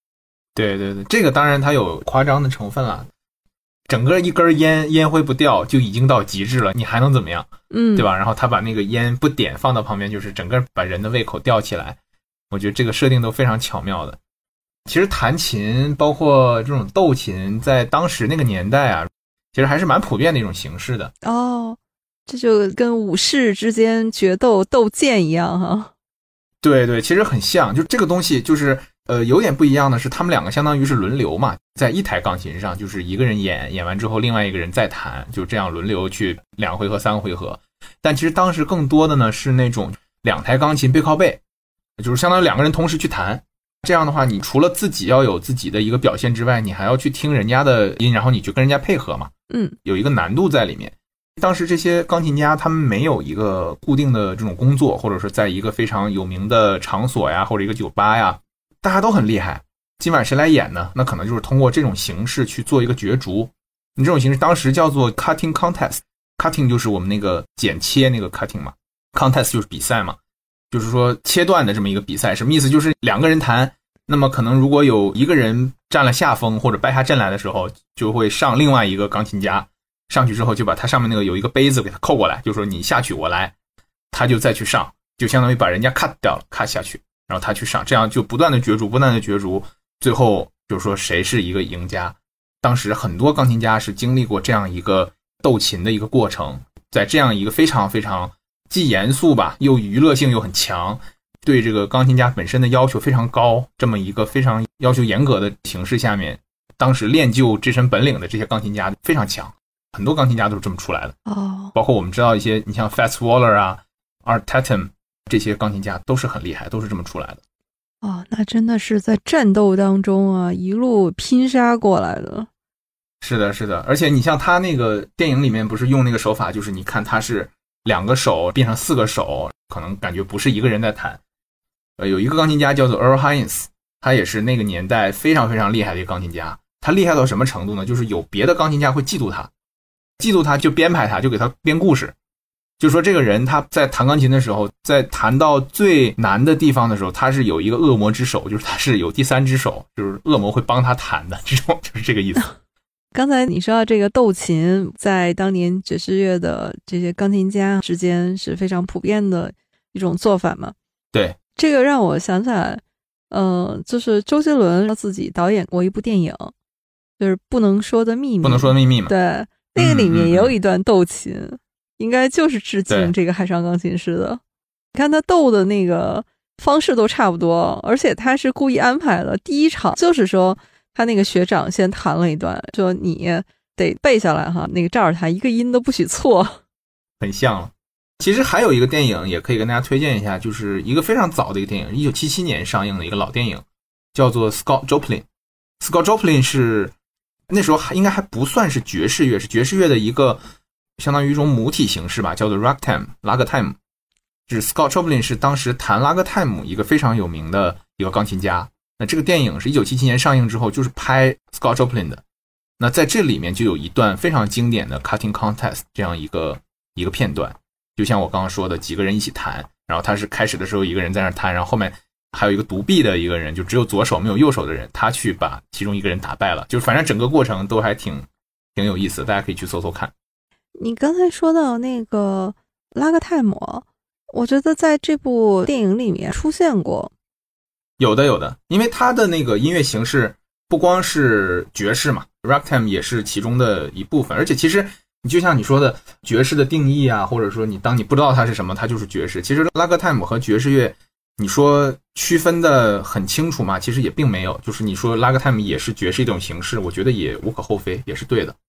对对对，这个当然它有夸张的成分了。整个一根烟灰不掉就已经到极致了，你还能怎么样？对吧？然后他把那个烟不点放到旁边，就是整个把人的胃口吊起来。我觉得这个设定都非常巧妙的。其实弹琴包括这种斗琴在当时那个年代啊，其实还是蛮普遍的一种形式的。 哦，这就跟武士之间决斗斗剑一样哈。 对对，其实很像，就这个东西就是有点不一样的是，他们两个相当于是轮流嘛，在一台钢琴上，就是一个人演完之后，另外一个人再弹，就这样轮流去2个回合、3个回合。但其实当时更多的呢是那种2台钢琴背靠背，就是相当于2个人同时去弹。这样的话，你除了自己要有自己的一个表现之外，你还要去听人家的音，然后你就跟人家配合嘛。有一个难度在里面。当时这些钢琴家他们没有一个固定的这种工作，或者说在一个非常有名的场所呀，或者一个酒吧呀，大家都很厉害。今晚谁来演呢？那可能就是通过这种形式去做一个角逐。你这种形式当时叫做 cutting contest，cutting 就是我们那个剪切那个 cutting 嘛， contest 就是比赛嘛，就是说切断的这么一个比赛。什么意思？就是2个人弹，那么可能如果有一个人占了下风或者败下阵来的时候，就会上另外一个钢琴家，上去之后就把他上面那个有一个杯子给他扣过来，就说你下去我来，他就再去上，就相当于把人家 cut 掉了 cut 下去，然后他去上，这样就不断的角逐，最后就是说谁是一个赢家。当时很多钢琴家是经历过这样一个斗琴的一个过程，在这样一个非常非常既严肃吧又娱乐性又很强，对这个钢琴家本身的要求非常高，这么一个非常要求严格的形式下面，当时练就这身本领的这些钢琴家非常强，很多钢琴家都是这么出来的。包括我们知道一些，你像 Fats Waller 啊 Art Tatum 这些钢琴家都是很厉害，都是这么出来的。 那真的是在战斗当中啊一路拼杀过来的。 是的是的，而且你像他那个电影里面不是用那个手法，就是你看他是2个手变成4个手，可能感觉不是一个人在弹。有一个钢琴家叫做 Earl Hines， 他也是那个年代非常非常厉害的一个钢琴家。他厉害到什么程度呢？就是有别的钢琴家会嫉妒他就编排他，就给他编故事，就说这个人他在弹钢琴的时候，在弹到最难的地方的时候，他是有一个恶魔之手，就是他是有第3只手，就是恶魔会帮他弹的，这种就是这个意思。 刚才你说到这个斗琴在当年爵士乐的这些钢琴家之间是非常普遍的一种做法嘛。 对， 这个让我想起来就是周杰伦自己导演过一部电影，就是不能说的秘密嘛。对，那个里面也有一段斗琴，应该就是致敬这个海上钢琴师的。你看他斗的那个方式都差不多，而且他是故意安排的，第一场就是说他那个学长先弹了一段，说你得背下来哈，那个照着他一个音都不许错， 很像了。其实还有一个电影也可以跟大家推荐一下，就是一个非常早的一个电影，1977年上映的一个老电影，叫做 Scott Joplin。Scott Joplin 是那时候应该还不算是爵士乐，是爵士乐的一个相当于一种母体形式吧，叫做 Ragtime 拉格泰姆。就是 Scott Joplin 是当时弹拉格泰姆一个非常有名的一个钢琴家。那这个电影是1977年上映之后，就是拍 Scott Joplin 的。那在这里面就有一段非常经典的 cutting contest 这样一个片段，就像我刚刚说的，几个人一起弹，然后他是开始的时候一个人在那弹，然后后面还有一个独臂的一个人，就只有左手没有右手的人，他去把其中一个人打败了。就是反正整个过程都还挺有意思，大家可以去搜搜看。 你刚才说到那个拉格泰姆，我觉得在这部电影里面出现过。 有的，因为他的那个音乐形式不光是爵士嘛， Ragtime 也是其中的一部分。而且其实你就像你说的，爵士的定义啊，或者说当你不知道它是什么，它就是爵士。其实拉格泰姆和爵士乐你说区分的很清楚嘛，其实也并没有。就是你说拉格泰姆也是爵士一种形式，我觉得也无可厚非，也是对的。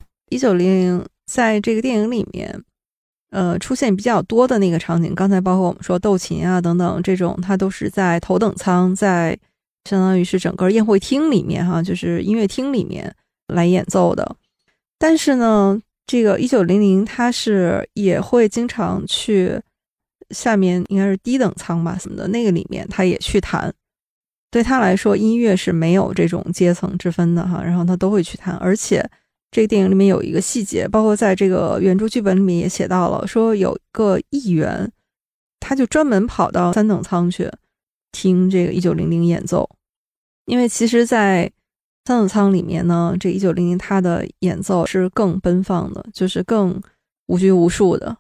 1900在这个电影里面出现比较多的那个场景，刚才包括我们说斗琴啊等等这种，它都是在头等舱，在相当于是整个宴会厅里面哈，就是音乐厅里面来演奏的。但是呢，这个1900它是也会经常去下面应该是低等舱吧什么的，那个里面他也去弹。对他来说音乐是没有这种阶层之分的哈，然后他都会去弹。而且这个电影里面有一个细节，包括在这个原著剧本里面也写到了，说有个议员他就专门跑到3等舱去听这个1900演奏。 因为其实在三子仓里面呢，这1900它的演奏是更奔放的，就是更无拘无束的。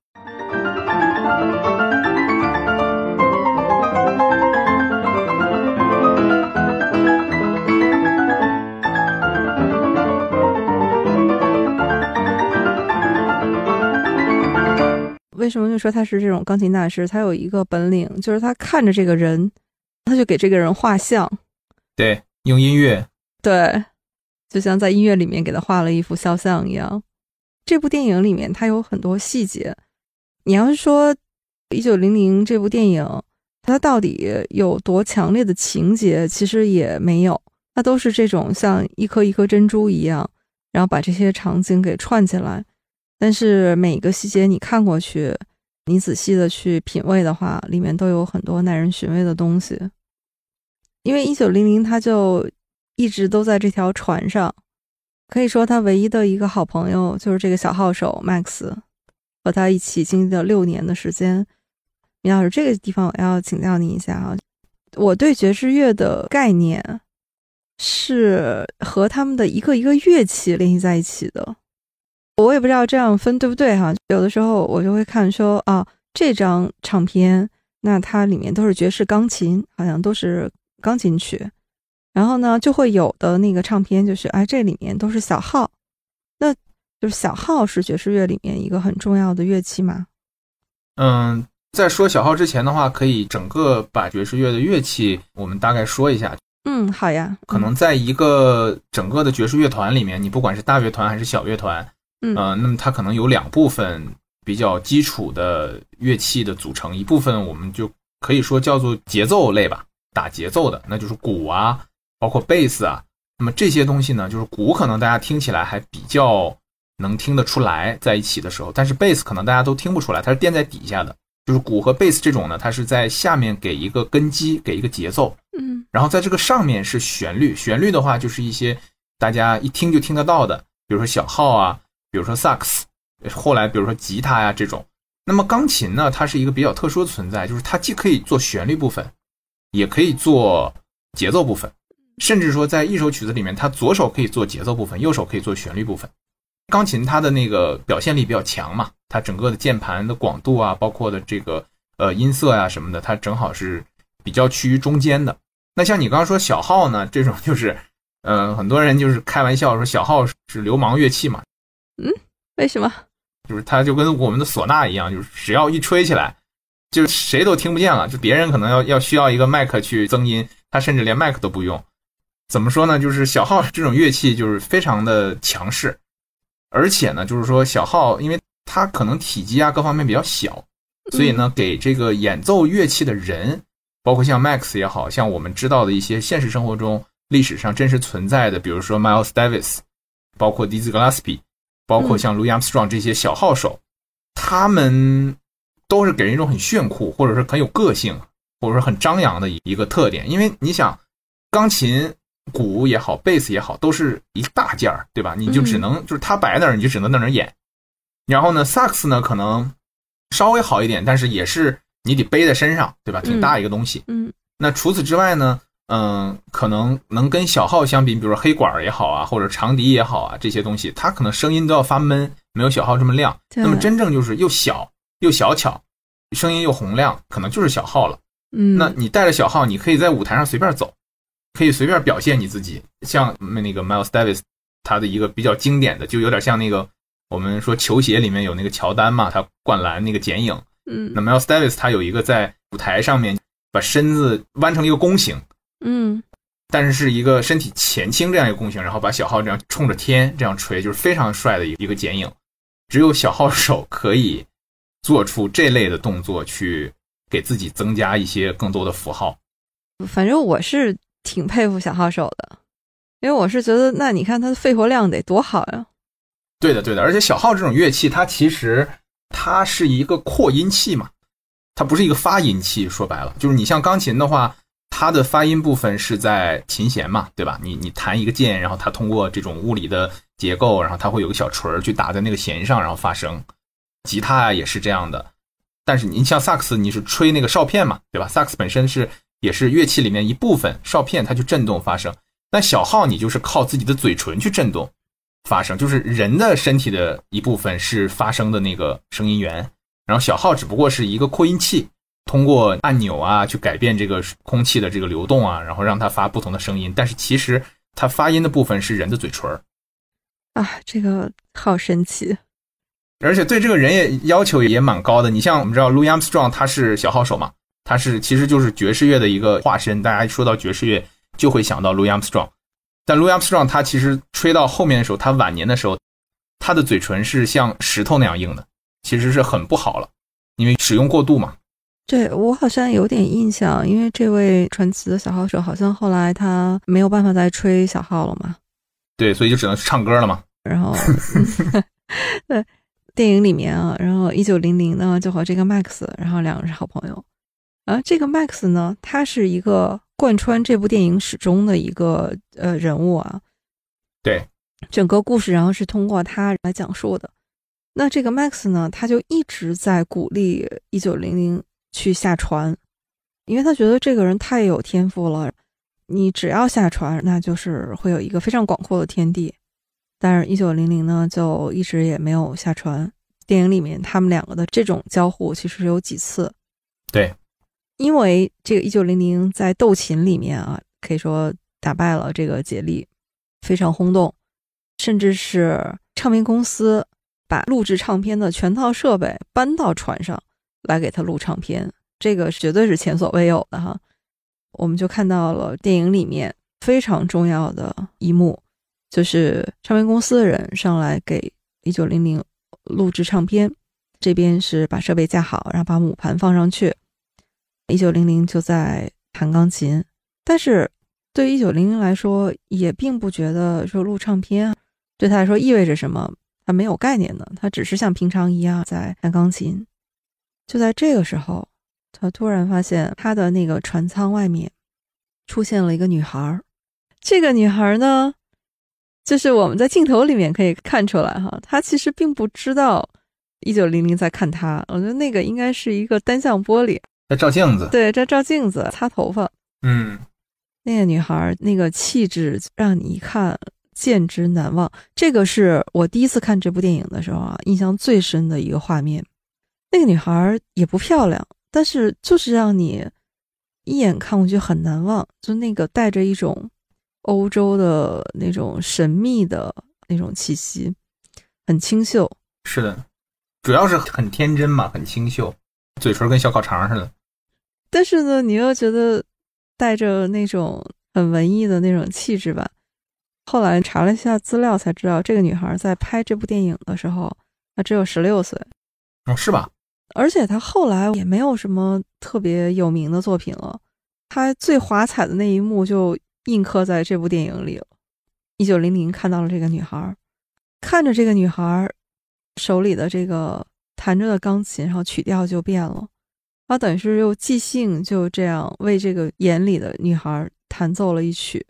为什么就说他是这种钢琴大师？他有一个本领，就是他看着这个人，他就给这个人画像。 对，用音乐。 对，就像在音乐里面给他画了一幅肖像一样。这部电影里面它有很多细节，你要是说1900这部电影它到底有多强烈的情节，其实也没有，它都是这种像一颗一颗珍珠一样，然后把这些场景给串起来。但是每个细节你看过去，你仔细的去品味的话，里面都有很多耐人寻味的东西。因为1900他就一直都在这条船上，可以说他唯一的一个好朋友就是这个小号手 Max， 和他一起经历了6年的时间。米老师，这个地方我要请教你一下啊，我对爵士乐的概念是和他们的一个一个乐器联系在一起的。我也不知道这样分对不对哈，有的时候我就会看说啊，这张唱片那它里面都是爵士钢琴，好像都是钢琴曲，然后呢就会有的那个唱片就是这里面都是小号，那就是小号是爵士乐里面一个很重要的乐器吗？ 在说小号之前的话，可以整个把爵士乐的乐器我们大概说一下。 好呀。 可能在一个整个的爵士乐团里面，你不管是大乐团还是小乐团，那么它可能有2部分比较基础的乐器的组成，一部分我们就可以说叫做节奏类吧，打节奏的，那就是鼓啊，包括贝斯啊。那么这些东西呢，就是鼓可能大家听起来还比较能听得出来在一起的时候，但是贝斯可能大家都听不出来，它是垫在底下的。就是鼓和贝斯这种呢，它是在下面给一个根基，给一个节奏，然后在这个上面是旋律。旋律的话就是一些大家一听就听得到的，比如说小号啊，比如说萨克斯，后来比如说吉他呀这种。那么钢琴呢，它是一个比较特殊的存在，就是它既可以做旋律部分，也可以做节奏部分，甚至说在一首曲子里面，它左手可以做节奏部分，右手可以做旋律部分。钢琴它的那个表现力比较强嘛，它整个的键盘的广度啊，包括的这个音色啊什么的，它正好是比较趋于中间的。那像你刚刚说小号呢，这种就是很多人就是开玩笑说小号是流氓乐器嘛。 为什么？ 就是它就跟我们的唢呐一样，就是只要一吹起来，就谁都听不见了，就别人可能要需要一个麦克去增音，他甚至连麦克都不用。怎么说呢？就是小号这种乐器就是非常的强势。而且呢，就是说小号因为它可能体积啊各方面比较小，所以呢给这个演奏乐器的人，包括像 Max 也好，像我们知道的一些现实生活中历史上真实存在的，比如说 Miles Davis， 包括 Dizzy Gillespie， 包括像 Louis Armstrong 这些小号手，他们都是给人一种很炫酷或者是很有个性或者说很张扬的一个特点。因为你想钢琴鼓也好，贝斯也好，都是一大件儿，对吧？你就只能就是它摆那儿，你就只能在那儿演。然后呢，萨克斯呢可能稍微好一点，但是也是你得背在身上，对吧？挺大一个东西。那除此之外呢，可能能跟小号相比，比如说黑管也好啊，或者长笛也好啊，这些东西它可能声音都要发闷，没有小号这么亮。那么真正就是又小又小巧，声音又洪亮，可能就是小号了。那你带着小号，你可以在舞台上随便走，可以随便表现你自己。像那个 Miles Davis 他的一个比较经典的，就有点像那个我们说球鞋里面有那个乔丹嘛，他灌篮那个剪影。那 Miles Davis 他有一个在舞台上面把身子弯成一个弓形，但是是一个身体前倾这样一个弓形，然后把小号这样冲着天这样吹，就是非常帅的一个剪影。只有小号手可以做出这类的动作，去给自己增加一些更多的符号。 反正我是挺佩服小号手的，因为我是觉得那你看他的肺活量得多好呀。 对的对的，而且小号这种乐器它其实它是一个扩音器嘛，它不是一个发音器。说白了就是你像钢琴的话，它的发音部分是在琴弦嘛，对吧？你弹一个键，然后它通过这种物理的结构，然后它会有个小锤去打在那个弦上，然后发声。吉他也是这样的，但是你像萨克斯，你是吹那个哨片嘛，对吧？萨克斯本身是也是乐器里面一部分，哨片它去振动发声。但小号你就是靠自己的嘴唇去振动发声，就是人的身体的一部分是发声的那个声音源，然后小号只不过是一个扩音器，通过按钮啊去改变这个空气的这个流动啊，然后让它发不同的声音，但是其实它发音的部分是人的嘴唇啊，这个好神奇。 而且对这个人也要求也蛮高的。你像我们知道 Louis Armstrong 他是小号手嘛，他是其实就是爵士乐的一个化身，大家说到爵士乐就会想到 Louis Armstrong。但 Louis Armstrong 他其实吹到后面的时候，他晚年的时候，他的嘴唇是像石头那样硬的，其实是很不好了，因为使用过度嘛。 对，我好像有点印象，因为这位传奇的小号手好像后来他没有办法再吹小号了嘛。 对，所以就只能唱歌了嘛。 然后对，电影里面啊，然后1900呢就和这个 Max， 然后两个是好朋友。这个 Max 呢，他是一个贯穿这部电影始终的一个人物啊。 对， 整个故事然后是通过他来讲述的。那这个 Max 呢，他就一直在鼓励1900去下船，因为他觉得这个人太有天赋了，你只要下船，那就是会有一个非常广阔的天地。但是1900呢，就一直也没有下船。电影里面他们两个的这种交互其实有几次。 对， 因为这个1900在斗琴里面啊，可以说打败了这个杰利，非常轰动，甚至是唱片公司把录制唱片的全套设备搬到船上来给他录唱片，这个绝对是前所未有的哈。我们就看到了电影里面非常重要的一幕，就是唱片公司的人上来给1900录制唱片，这边是把设备架好，然后把母盘放上去，1900就在弹钢琴。但是对于1900来说，也并不觉得说录唱片对他来说意味着什么，他没有概念的，他只是像平常一样在弹钢琴。就在这个时候，他突然发现他的那个船舱外面出现了一个女孩。这个女孩呢，就是我们在镜头里面可以看出来哈，她其实并不知道1900在看她。我觉得那个应该是一个单向玻璃， 在照镜子。 对，在照镜子，擦头发。那个女孩那个气质让你一看见之难忘。这个是我第一次看这部电影的时候啊，印象最深的一个画面。那个女孩也不漂亮，但是就是让你一眼看过去很难忘，就那个带着一种欧洲的那种神秘的那种气息，很清秀。 是的，主要是很天真嘛，很清秀，嘴唇跟小烤肠似的。 但是呢，你又觉得带着那种很文艺的那种气质吧。后来查了一下资料才知道，这个女孩在拍这部电影的时候，她只有16岁。 是吧？ 而且她后来也没有什么特别有名的作品了，她最华彩的那一幕就印刻在这部电影里了。1900看到了这个女孩，看着这个女孩手里的这个弹着的钢琴，然后曲调就变了，他等于是又即兴就这样为这个眼里的女孩弹奏了一曲。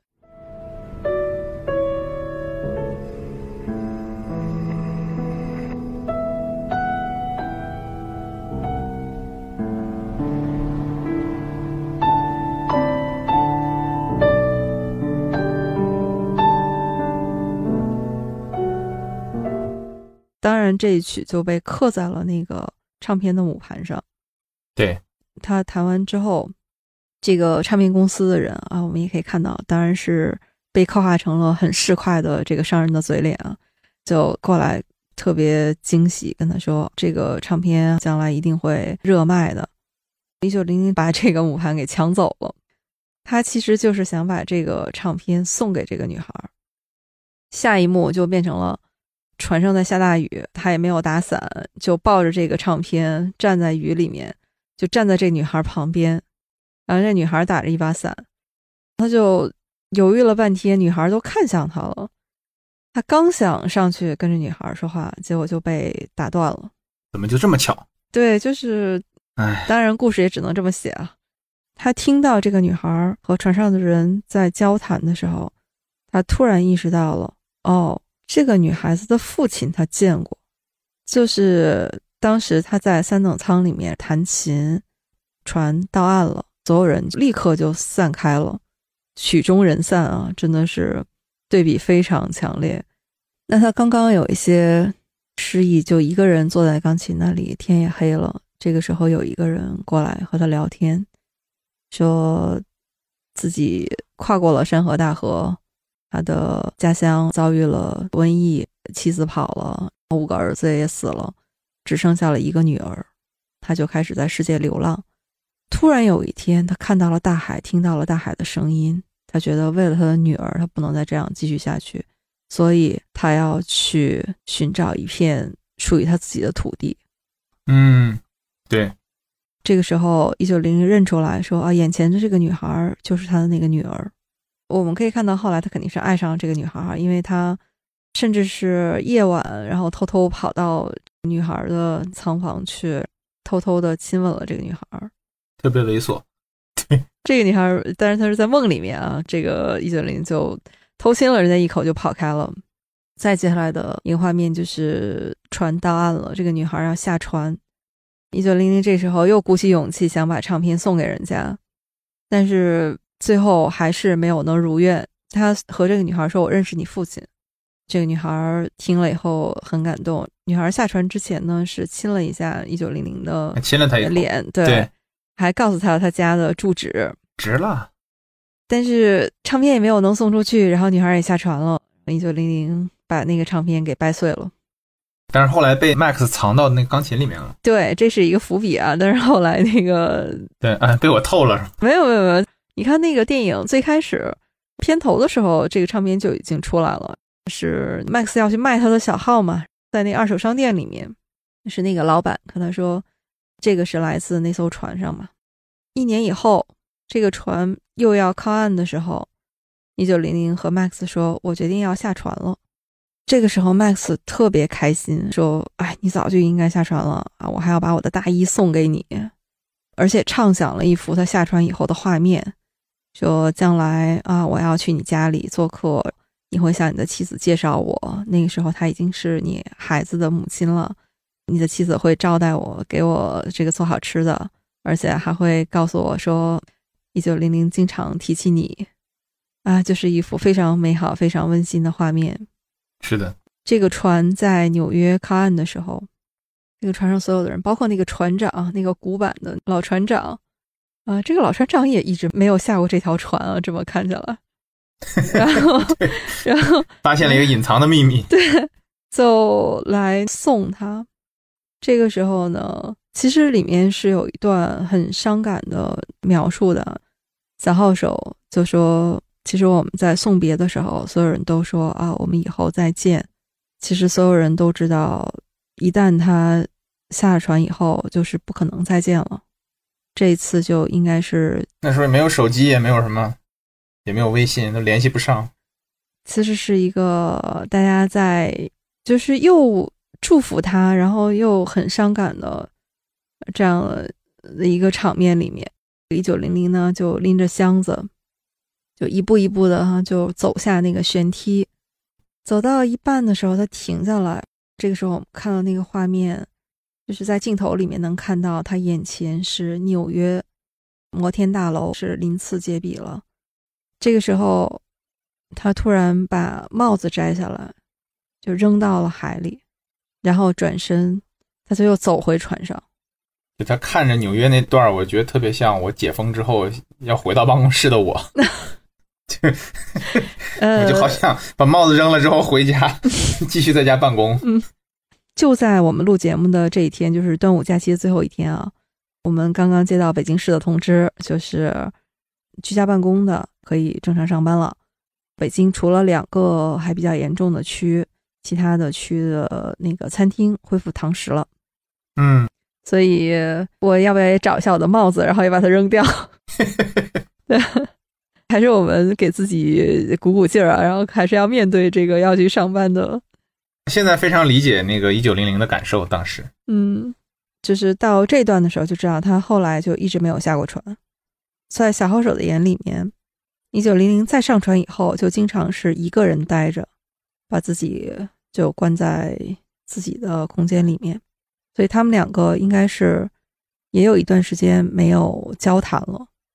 当然这一曲就被刻在了那个唱片的母盘上。 对， 他弹完之后，这个唱片公司的人啊，我们也可以看到，当然是被刻画成了很市侩的这个商人的嘴脸啊，就过来特别惊喜跟他说，这个唱片将来一定会热卖的。1900把这个母盘给抢走了，他其实就是想把这个唱片送给这个女孩。下一幕就变成了船上在下大雨，他也没有打伞，就抱着这个唱片站在雨里面，就站在这女孩旁边，然后这女孩打着一把伞，他就犹豫了半天，女孩都看向他了，他刚想上去跟着女孩说话，结果就被打断了。 怎么就这么巧？ 对，就是当然故事也只能这么写啊。他听到这个女孩和船上的人在交谈的时候，他突然意识到了，这个女孩子的父亲他见过，就是当时他在3等舱里面弹琴，船到岸了， 所有人立刻就散开了，曲终人散啊，真的是对比非常强烈。那他刚刚有一些失忆，就一个人坐在钢琴那里，天也黑了，这个时候有一个人过来和他聊天，说自己跨过了山河大河，他的家乡遭遇了瘟疫，妻子跑了，5个儿子也死了，只剩下了一个女儿，他就开始在世界流浪。突然有一天他看到了大海，听到了大海的声音，他觉得为了他的女儿，他不能再这样继续下去，所以他要去寻找一片属于他自己的土地。 对。 这个时候1900认出来说啊，眼前的这个女孩就是他的那个女儿。我们可以看到后来他肯定是爱上这个女孩，因为他甚至是夜晚然后偷偷跑到女孩的仓房去，偷偷的亲吻了这个女孩， 特别猥琐。对， 这个女孩但是她是在梦里面啊，这个1900就偷亲了人家一口就跑开了。再接下来的一个画面就是船到岸了，这个女孩要下船，1900这时候又鼓起勇气想把唱片送给人家，但是最后还是没有能如愿。他和这个女孩说，我认识你父亲。这个女孩听了以后很感动，女孩下船之前呢是亲了一下1900的亲了他一口脸，对，还告诉他他家的住址， 值了。 但是唱片也没有能送出去，然后女孩也下船了，1900把那个唱片给掰碎了。 但是后来被 Max 藏到那个钢琴里面了。 对，这是一个伏笔啊。但是后来那个对，被我透了。 没有，你看那个电影最开始片头的时候，这个唱片就已经出来了，是 Max 要去卖他的小号嘛，在那二手商店里面，是那个老板跟他说，这个是来自那艘船上嘛。1年以后，这个船又要靠岸的时候，1900和 Max 说，我决定要下船了。这个时候 Max 特别开心，说，哎，你早就应该下船了啊，我还要把我的大衣送给你，而且畅想了一幅他下船以后的画面，说将来啊，我要去你家里做客，你会向你的妻子介绍我，那个时候她已经是你孩子的母亲了，你的妻子会招待我，给我这个做好吃的，而且还会告诉我说1900经常提起你啊，就是一幅非常美好非常温馨的画面。 是的， 这个船在纽约靠岸的时候，这个船上所有的人，包括那个船长，那个古板的老船长啊，这个老船长也一直没有下过这条船啊，这么看起来。然后发现了一个隐藏的秘密。 对，就来送他。这个时候呢，其实里面是有一段很伤感的描述的。小号手就说，其实我们在送别的时候，所有人都说啊，我们以后再见。其实所有人都知道，一旦他下船以后，就是不可能再见了。这一次就应该是那时候也没有手机，也没有什么，也没有微信，都联系不上。 其实是一个大家在就是又祝福他，然后又很伤感的这样的一个场面里面。1900呢就拎着箱子，就一步一步的就走下那个舷梯，走到一半的时候他停下来。这个时候我们看到那个画面，就是在镜头里面能看到他眼前是纽约摩天大楼，是鳞次栉比了。这个时候他突然把帽子摘下来，就扔到了海里，然后转身他就又走回船上。 就他看着纽约那段，我觉得特别像我解封之后要回到办公室的我。我就好想把帽子扔了之后回家继续在家办公。 就在我们录节目的这一天，就是端午假期的最后一天啊，我们刚刚接到北京市的通知，就是居家办公的可以正常上班了。北京除了2个还比较严重的区，其他的区的那个餐厅恢复堂食了。所以我要不要也找一下我的帽子，然后也把它扔掉？对，还是我们给自己鼓鼓劲儿啊，然后还是要面对这个要去上班的。 现在非常理解那个1900的感受，当时。 就是到这段的时候就知道他后来就一直没有下过船。在小号手的眼里面，1900再上船以后就经常是一个人待着，把自己就关在自己的空间里面。所以他们2个应该是也有一段时间没有交谈了。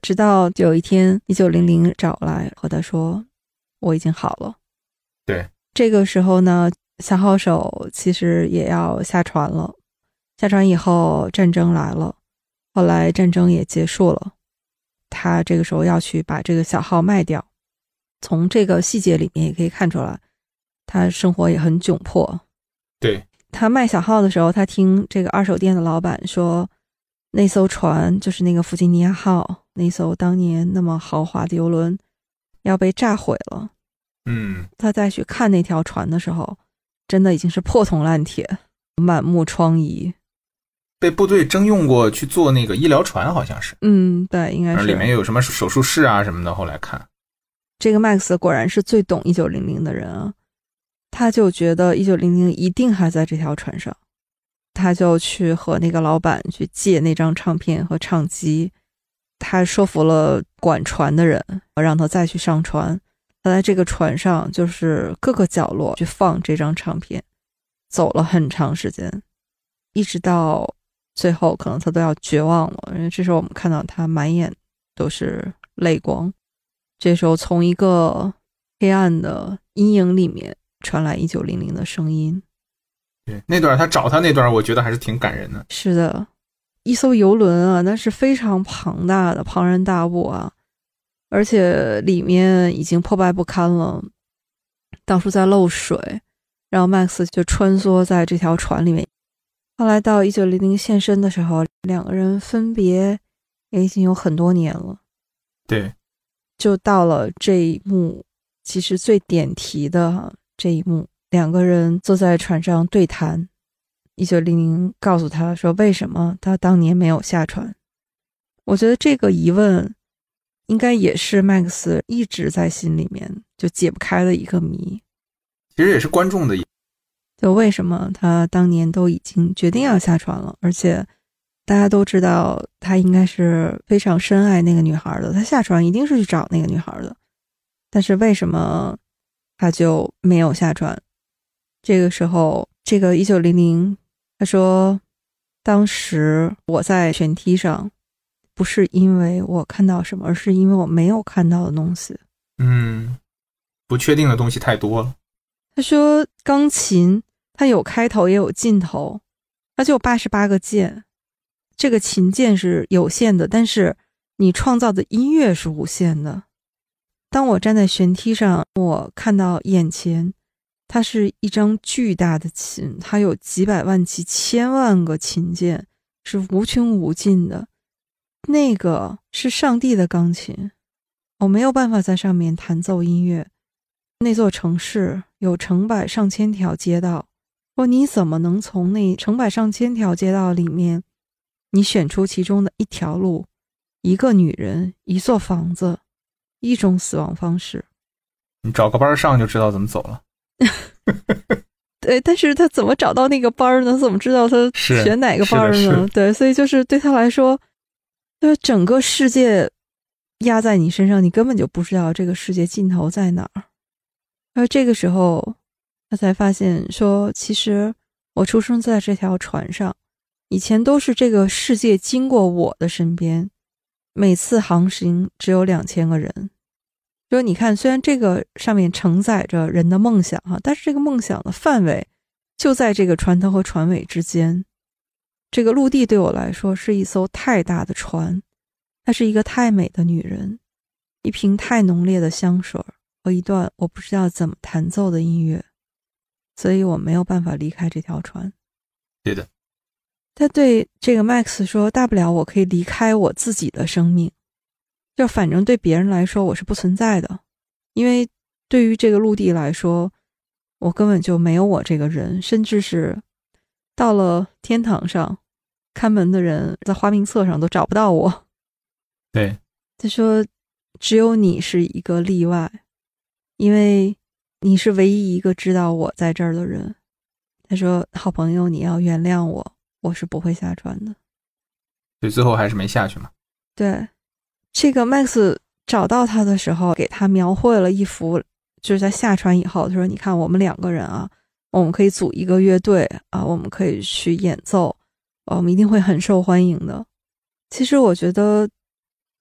直到有一天1900找来和他说我已经好了。 对， 这个时候呢，小号手其实也要下船了。下船以后战争来了，后来战争也结束了，他这个时候要去把这个小号卖掉。从这个细节里面也可以看出来他生活也很窘迫。 对， 他卖小号的时候，他听这个二手店的老板说，那艘船就是那个弗吉尼亚号，那艘当年那么豪华的游轮要被炸毁了。他再去看那条船的时候，真的已经是破铜烂铁，满目疮痍， 被部队征用过去做那个医疗船，好像是。 对，应该是。 里面有什么手术室啊什么的，后来看。 这个 Max 果然是最懂1900的人啊，他就觉得1900一定还在这条船上，他就去和那个老板去借那张唱片和唱机，他说服了管船的人，让他再去上船。他在这个船上就是各个角落去放这张唱片，走了很长时间，一直到最后可能他都要绝望了，因为这时候我们看到他满眼都是泪光。这时候从一个黑暗的阴影里面传来1900的声音。 对，那段他找他那段我觉得还是挺感人的。 是的，一艘游轮啊，那是非常庞大的，庞然大物啊，而且里面已经破败不堪了，到处在漏水，然后 Max 就穿梭在这条船里面。后来到1900现身的时候，两个人分别也已经有很多年了。 对， 就到了这一幕，其实最点题的这一幕，两个人坐在船上对谈。1900告诉他说为什么他当年没有下船。我觉得这个疑问应该也是 Max 一直在心里面就解不开的一个谜， 其实也是观众的， 就为什么他当年都已经决定要下船了，而且大家都知道他应该是非常深爱那个女孩的，他下船一定是去找那个女孩的，但是为什么他就没有下船？这个时候这个1900他说，当时我在舷梯上，不是因为我看到什么，而是因为我没有看到的东西。 不确定的东西太多了。 他说钢琴它有开头也有尽头，它就有88个键，这个琴键是有限的，但是你创造的音乐是无限的。当我站在舷梯上，我看到眼前它是一张巨大的琴，它有几百万几千万个琴键，是无穷无尽的。那个是上帝的钢琴，我没有办法在上面弹奏音乐。那座城市有成百上千条街道，说你怎么能从那成百上千条街道里面，你选出其中的一条路，一个女人，一座房子，一种死亡方式？ 你找个班上就知道怎么走了。 对，但是他怎么找到那个班呢？怎么知道他选哪个班呢？对，所以就是对他来说，就是整个世界压在你身上，你根本就不知道这个世界尽头在哪儿。而这个时候他才发现说，其实我出生在这条船上，以前都是这个世界经过我的身边，每次航行只有2000个人。说你看，虽然这个上面承载着人的梦想但是这个梦想的范围就在这个船头和船尾之间。这个陆地对我来说是一艘太大的船，她是一个太美的女人，一瓶太浓烈的香水和一段我不知道怎么弹奏的音乐，所以我没有办法离开这条船。 对的。 他对这个 Max 说，大不了我可以离开我自己的生命，就反正对别人来说我是不存在的，因为对于这个陆地来说，我根本就没有我这个人，甚至是到了天堂上，看门的人在花名册上都找不到我。 对， 他说只有你是一个例外，因为你是唯一一个知道我在这儿的人。他说好朋友，你要原谅我，我是不会下船的。 所以最后还是没下去嘛。 对，这个 Max 找到他的时候给他描绘了一幅，就是在下船以后他说你看我们2个人我们可以组一个乐队我们可以去演奏我们一定会很受欢迎的。其实我觉得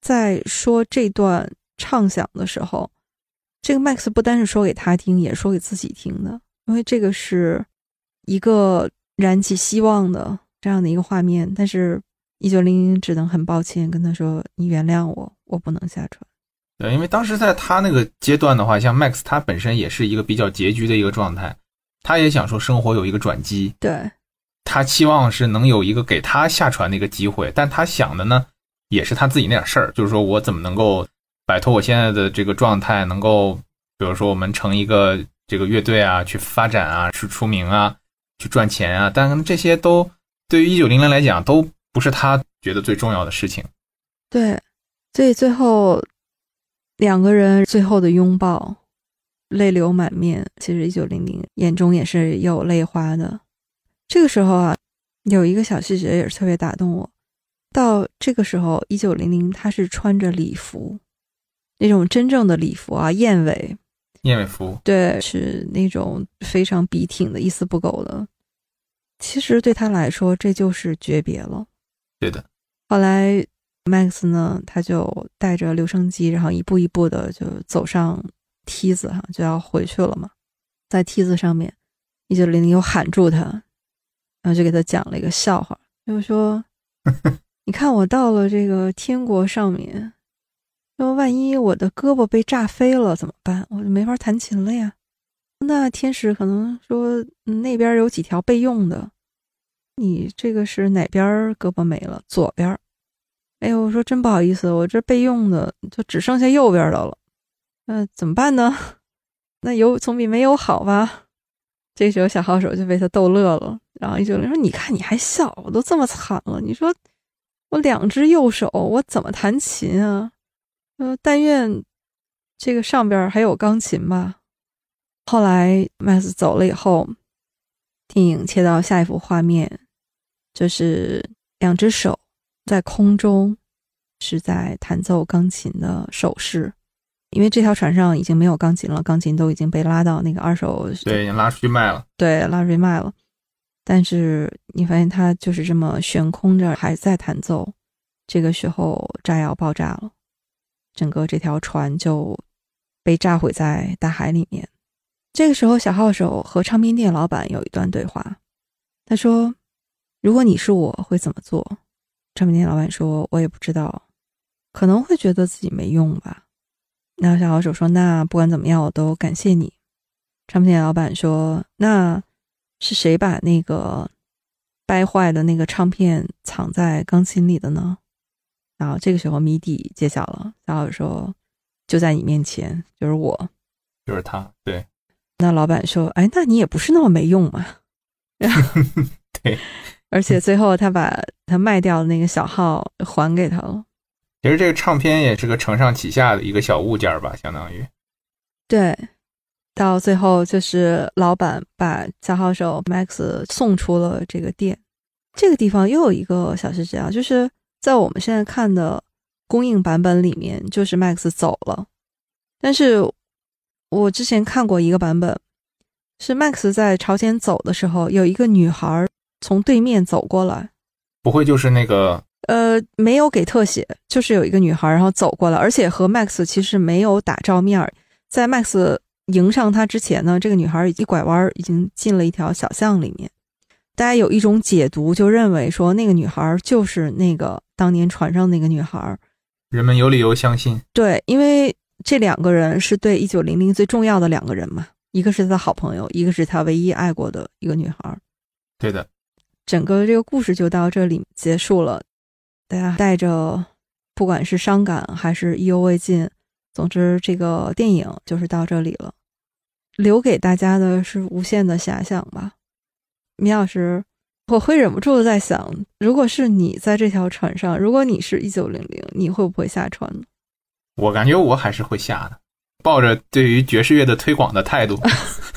在说这段畅想的时候，这个 Max 不单是说给他听，也说给自己听的，因为这个是一个燃起希望的这样的一个画面，但是1900只能很抱歉跟他说，你原谅我，我不能下船。 对，因为当时在他那个阶段的话，像 Max 他本身也是一个比较拮据的一个状态，他也想说生活有一个转机， 对， 他期望是能有一个给他下船的一个机会，但他想的呢也是他自己那点事儿，就是说我怎么能够摆脱我现在的这个状态，能够比如说我们成一个这个乐队啊，去发展啊，去出名啊，去赚钱啊，但这些都对于1900来讲都不是他觉得最重要的事情。 对，所以最后两个人最后的拥抱，泪流满面，其实1900眼中也是有泪花的。这个时候啊，有一个小细节也是特别打动我。到这个时候，1900他是穿着礼服，那种真正的礼服啊，燕尾服， 对，是那种非常笔挺的，一丝不苟的。其实对他来说，这就是诀别了。 对的。 后来 Max 呢，他就带着留声机，然后一步一步的就走上梯子哈，就要回去了嘛。在梯子上面，1900又喊住他，然后就给他讲了一个笑话，就说你看我到了这个天国上面，说万一我的胳膊被炸飞了怎么办？我就没法弹琴了呀。那天使可能说，那边有几条备用的，你这个是哪边胳膊没了？左边。哎呦，我说真不好意思，我这备用的就只剩下右边的了。怎么办呢？那有总比没有好吧？这时候小号手就被他逗乐了，然后1900说：“你看你还笑，我都这么惨了，你说我两只右手，我怎么弹琴啊？但愿这个上边还有钢琴吧。”后来 Max 走了以后，电影切到下一幅画面，就是两只手在空中是在弹奏钢琴的手势。因为这条船上已经没有钢琴了，钢琴都已经被拉到那个二手， 对，已经拉出去卖了。 对，拉出去卖了。但是你发现它就是这么悬空着还在弹奏。这个时候炸药爆炸了，整个这条船就被炸毁在大海里面。这个时候小号手和唱片店老板有一段对话，他说：如果你是我会怎么做？唱片店老板说：我也不知道，可能会觉得自己没用吧。然后小号手说：那不管怎么样我都感谢你。唱片店老板说：那是谁把那个掰坏的那个唱片藏在钢琴里的呢？然后这个时候谜底揭晓了，小号手说：就在你面前，就是我， 就是他。对。 那老板说：哎，那你也不是那么没用嘛。 对。 而且最后他把他卖掉的那个小号还给他了。 其实这个唱片也是个承上启下的一个小物件吧，相当于。 对，到最后就是老板把小号手 Max 送出了这个店。这个地方又有一个小细节啊，就是在我们现在看的公映版本里面，就是 Max 走了。但是我之前看过一个版本，是 Max 在朝前走的时候，有一个女孩从对面走过来。 不会就是那个没有给特写，就是有一个女孩然后走过来，而且和 Max 其实没有打照面。在 Max 迎上她之前呢，这个女孩一拐弯已经进了一条小巷里面。大家有一种解读，就认为说那个女孩就是那个当年船上那个女孩。 人们有理由相信。 对，因为这两个人是对1900最重要的两个人嘛，一个是他的好朋友，一个是他唯一爱过的一个女孩。 对的。 整个这个故事就到这里结束了，大家带着不管是伤感还是意犹未尽，总之这个电影就是到这里了，留给大家的是无限的遐想吧。米老师，我会忍不住的在想，如果是你在这条船上，如果你是1900，你会不会下船呢？ 我感觉我还是会下的，抱着对于爵士乐的推广的态度。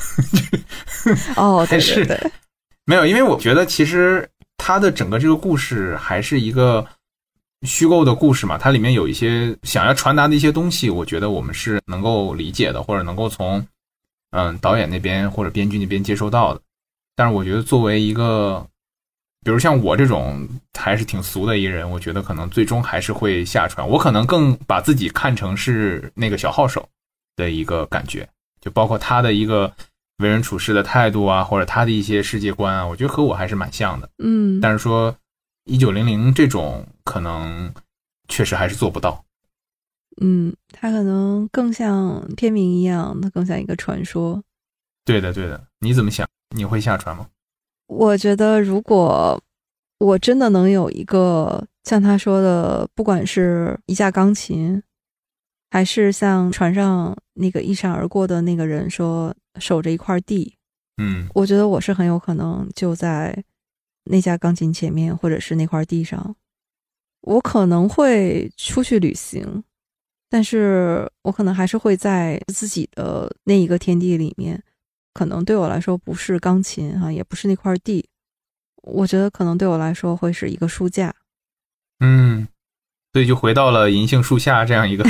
哦，对对对。 没有，因为我觉得其实它的整个这个故事还是一个虚构的故事嘛，它里面有一些想要传达的一些东西，我觉得我们是能够理解的，或者能够从导演那边或者编剧那边接收到的。但是我觉得作为一个比如像我这种还是挺俗的一人，我觉得可能最终还是会下船。我可能更把自己看成是那个小号手的一个感觉，就包括他的一个为人处事的态度啊，或者他的一些世界观啊，我觉得和我还是蛮像的。但是说1900这种可能确实还是做不到。 它可能更像片名一样，它更像一个传说。 对的，对的。你怎么想？你会下船吗？ 我觉得如果我真的能有一个像他说的，不管是一架钢琴，还是像船上那个一闪而过的那个人说守着一块地，我觉得我是很有可能就在那架钢琴前面，或者是那块地上。我可能会出去旅行，但是我可能还是会在自己的那一个天地里面。可能对我来说不是钢琴也不是那块地，我觉得可能对我来说会是一个书架。 所以就回到了银杏树下这样一个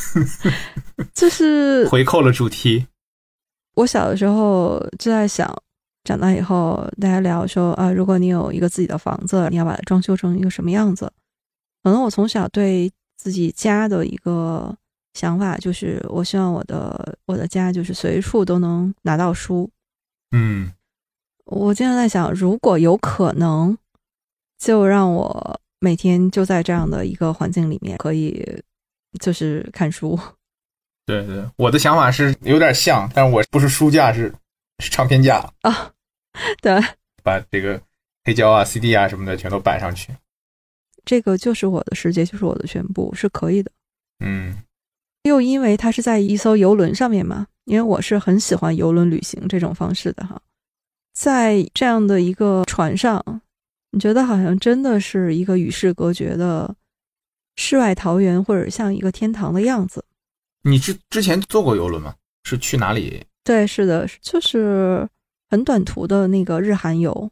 就是回扣了主题。 我小的时候就在想，长大以后大家聊说如果你有一个自己的房子，你要把它装修成一个什么样子。可能我从小对自己家的一个想法就是我希望我的家就是随处都能拿到书。我经常在想，如果有可能就让我每天就在这样的一个环境里面可以就是看书。 对对，我的想法是有点像，但我不是书架，是唱片架对， 把这个黑胶啊 CD 啊什么的全都摆上去。 这个就是我的世界，就是我的全部，是可以的。又因为它是在一艘游轮上面嘛，因为我是很喜欢游轮旅行这种方式的在这样的一个船上，你觉得好像真的是一个与世隔绝的世外桃源，或者像一个天堂的样子。 你之前坐过游轮吗？是去哪里？ 对，是的，就是很短途的那个日韩游。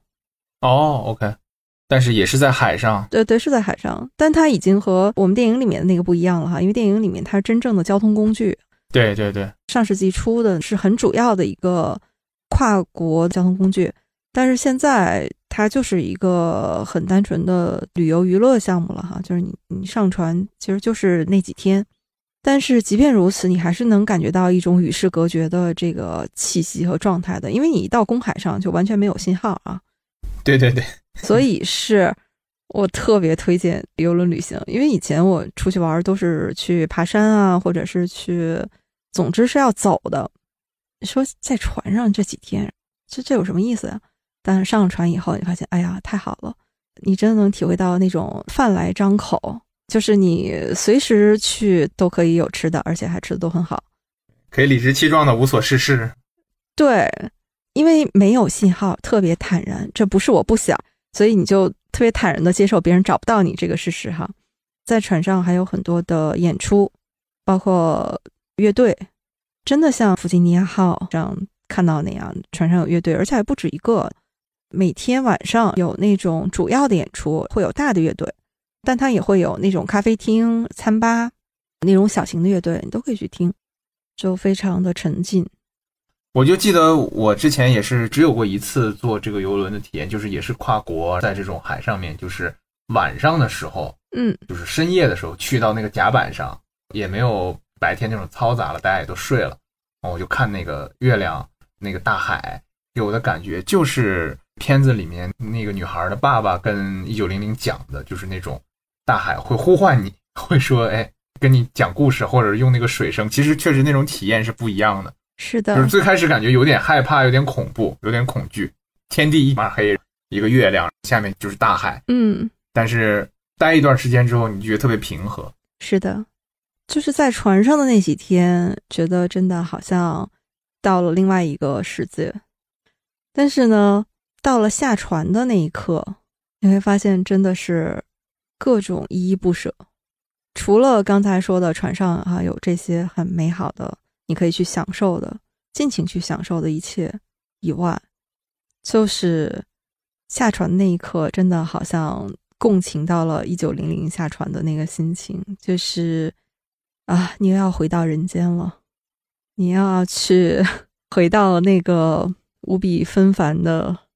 OK， 但是也是在海上。 对，是在海上，但它已经和我们电影里面的那个不一样了因为电影里面它是真正的交通工具。 对对对， 上世纪初的是很主要的一个跨国交通工具，但是现在它就是一个很单纯的旅游娱乐项目了就是你上船其实就是那几天。但是即便如此，你还是能感觉到一种与世隔绝的这个气息和状态的，因为你一到公海上就完全没有信号对对对， 所以是我特别推荐邮轮旅行。因为以前我出去玩都是去爬山或者是去，总之是要走的。说在船上这几天这有什么意思呀？但是上了船以后你发现，哎呀太好了，你真的能体会到那种饭来张口，就是你随时去都可以有吃的，而且还吃的都很好， 可以理直气壮的无所事事。 对，因为没有信号，特别坦然，这不是我不想，所以你就特别坦然的接受别人找不到你这个事实在船上还有很多的演出，包括乐队，真的像弗吉尼亚号上看到那样，船上有乐队，而且还不止一个。每天晚上有那种主要的演出，会有大的乐队，但它也会有那种咖啡厅、餐吧那种小型的乐队，你都可以去听，就非常的沉浸。 我就记得我之前也是只有过一次坐这个游轮的体验，就是也是跨国，在这种海上面，就是晚上的时候，就是深夜的时候去到那个甲板上，也没有白天那种嘈杂了，大家也都睡了，我就看那个月亮，那个大海，给我的感觉就是片子里面那个女孩的爸爸跟1900讲的，就是那种大海会呼唤你，会说跟你讲故事，或者用那个水声，其实确实那种体验是不一样的。 是的， 就是最开始感觉有点害怕，有点恐怖，有点恐惧，天地一马黑，一个月亮，下面就是大海。但是待一段时间之后，你觉得特别平和。 是的，就是在船上的那几天，觉得真的好像到了另外一个世界。但是呢，到了下船的那一刻，你会发现真的是各种依依不舍。除了刚才说的船上有这些很美好的你可以去享受的，尽情去享受的一切以外，就是下船那一刻真的好像共情到了1900下船的那个心情，就是你又要回到人间了，你要去回到那个无比纷繁的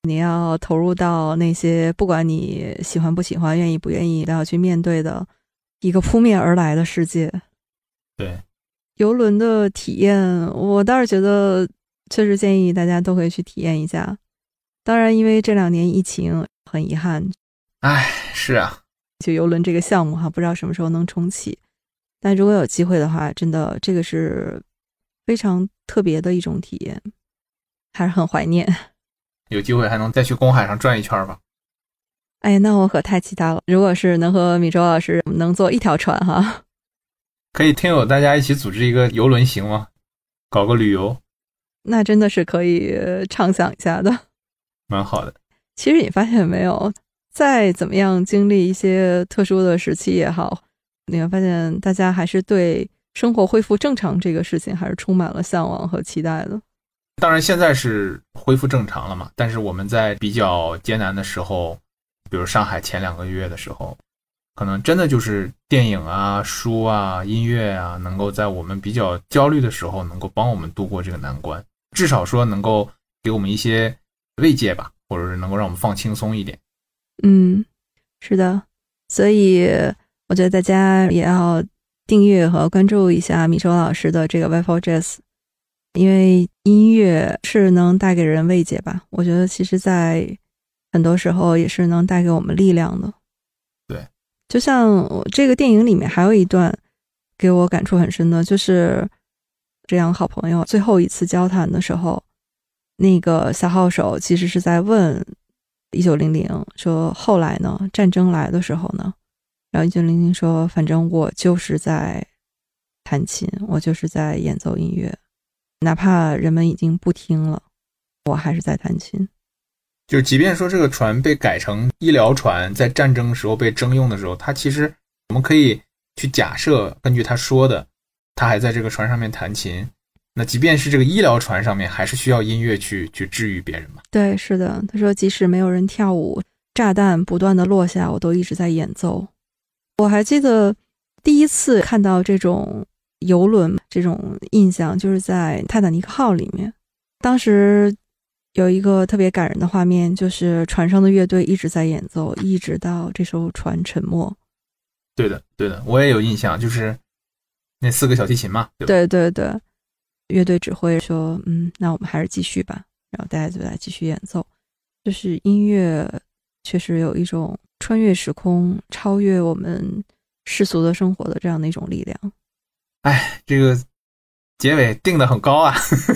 你要投入到那些不管你喜欢不喜欢、愿意不愿意都要去面对的一个扑面而来的世界。 对， 邮轮的体验，我倒是觉得确实建议大家都可以去体验一下。当然，因为这2年疫情，很遗憾， 是啊， 就邮轮这个项目不知道什么时候能重启。但如果有机会的话，真的这个是非常特别的一种体验，还是很怀念。 有机会还能再去公海上转一圈吧。 哎，那我可太期待了！如果是能和米周老师能坐一条船哈， 可以听友大家一起组织一个邮轮行吗？搞个旅游， 那真的是可以畅想一下的， 蛮好的。 其实你发现没有，再怎么样经历一些特殊的时期也好，你会发现大家还是对生活恢复正常这个事情还是充满了向往和期待的。 当然现在是恢复正常了嘛，但是我们在比较艰难的时候，比如上海前2个月的时候，可能真的就是电影啊、书啊、音乐啊，能够在我们比较焦虑的时候能够帮我们度过这个难关，至少说能够给我们一些慰藉吧，或者是能够让我们放轻松一点。 是的，所以我觉得大家也要订阅和关注一下米周老师的这个 Wi-Fi Jazz， 因为音乐是能带给人慰藉吧，我觉得其实在很多时候也是能带给我们力量的。 对， 就像这个电影里面还有一段给我感触很深的，就是这样好朋友最后一次交谈的时候，那个小号手其实是在问1900说后来呢，战争来的时候呢，然后1900说反正我就是在弹琴，我就是在演奏音乐，哪怕人们已经不听了，我还是在弹琴。 就即便说这个船被改成医疗船，在战争时候被征用的时候，它其实我们可以去假设，根据他说的，他还在这个船上面弹琴，那即便是这个医疗船上面还是需要音乐去治愈别人嘛。 对，是的，他说即使没有人跳舞，炸弹不断的落下，我都一直在演奏。我还记得第一次看到这种游轮这种印象，就是在泰坦尼克号里面，当时有一个特别感人的画面，就是船上的乐队一直在演奏，一直到这艘船沉没。 对的，对的，我也有印象，就是那4个小提琴嘛，对吧？ 对对对，乐队指挥说，那我们还是继续吧，然后大家就来继续演奏。就是音乐确实有一种穿越时空、超越我们世俗的生活的这样的一种力量。 这个结尾定得很高啊。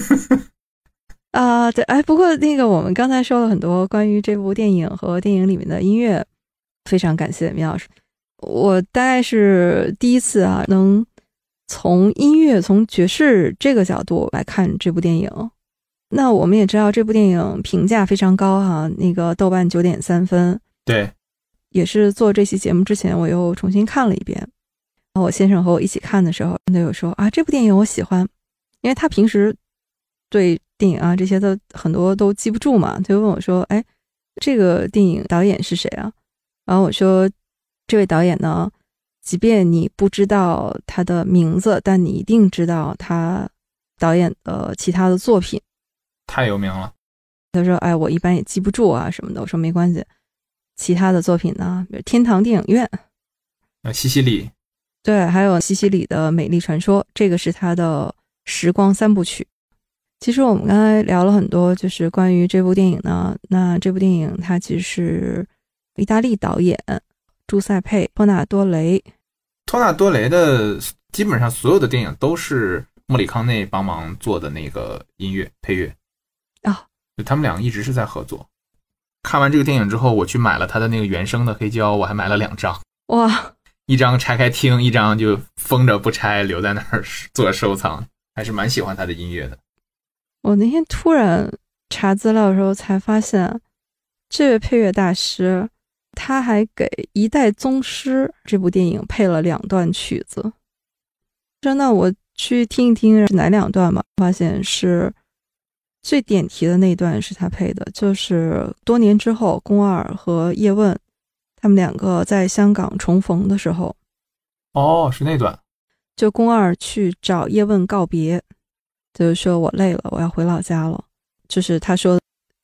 对，不过那个我们刚才说了很多关于这部电影和电影里面的音乐，非常感谢米老师。我大概是第一次能从音乐、从爵士这个角度来看这部电影。那我们也知道这部电影评价非常高那个豆瓣9.3分。 对， 也是做这期节目之前我又重新看了一遍。我先生和我一起看的时候，他有说这部电影我喜欢，因为他平时对电影这些的很多都记不住嘛，他就问我说这个电影导演是谁啊？然后我说这位导演呢，即便你不知道他的名字，但你一定知道他导演的其他的作品。 太有名了。 他说我一般也记不住什么的。我说没关系，其他的作品呢，比如天堂电影院， 西西里， 对，还有西西里的美丽传说，这个是他的时光3部曲。其实我们刚才聊了很多，就是关于这部电影呢。那这部电影它其实是意大利导演朱塞佩·托纳多雷。 托纳多雷的基本上所有的电影都是莫里康内帮忙做的那个音乐配乐就他们俩一直是在合作。看完这个电影之后，我去买了他的那个原声的黑胶，我还买了2张。 哇， 一张拆开听，一张就封着不拆，留在那儿做收藏，还是蛮喜欢他的音乐的。 我那天突然查资料的时候才发现，这位配乐大师他还给《一代宗师》这部电影配了2段曲子。说那我去听一听是哪2段吧，发现是最点题的那一段是他配的，就是多年之后宫二和叶问他们2个在香港重逢的时候。 是那段。 就宫二去找叶问告别，就是说我累了，我要回老家了。就是他说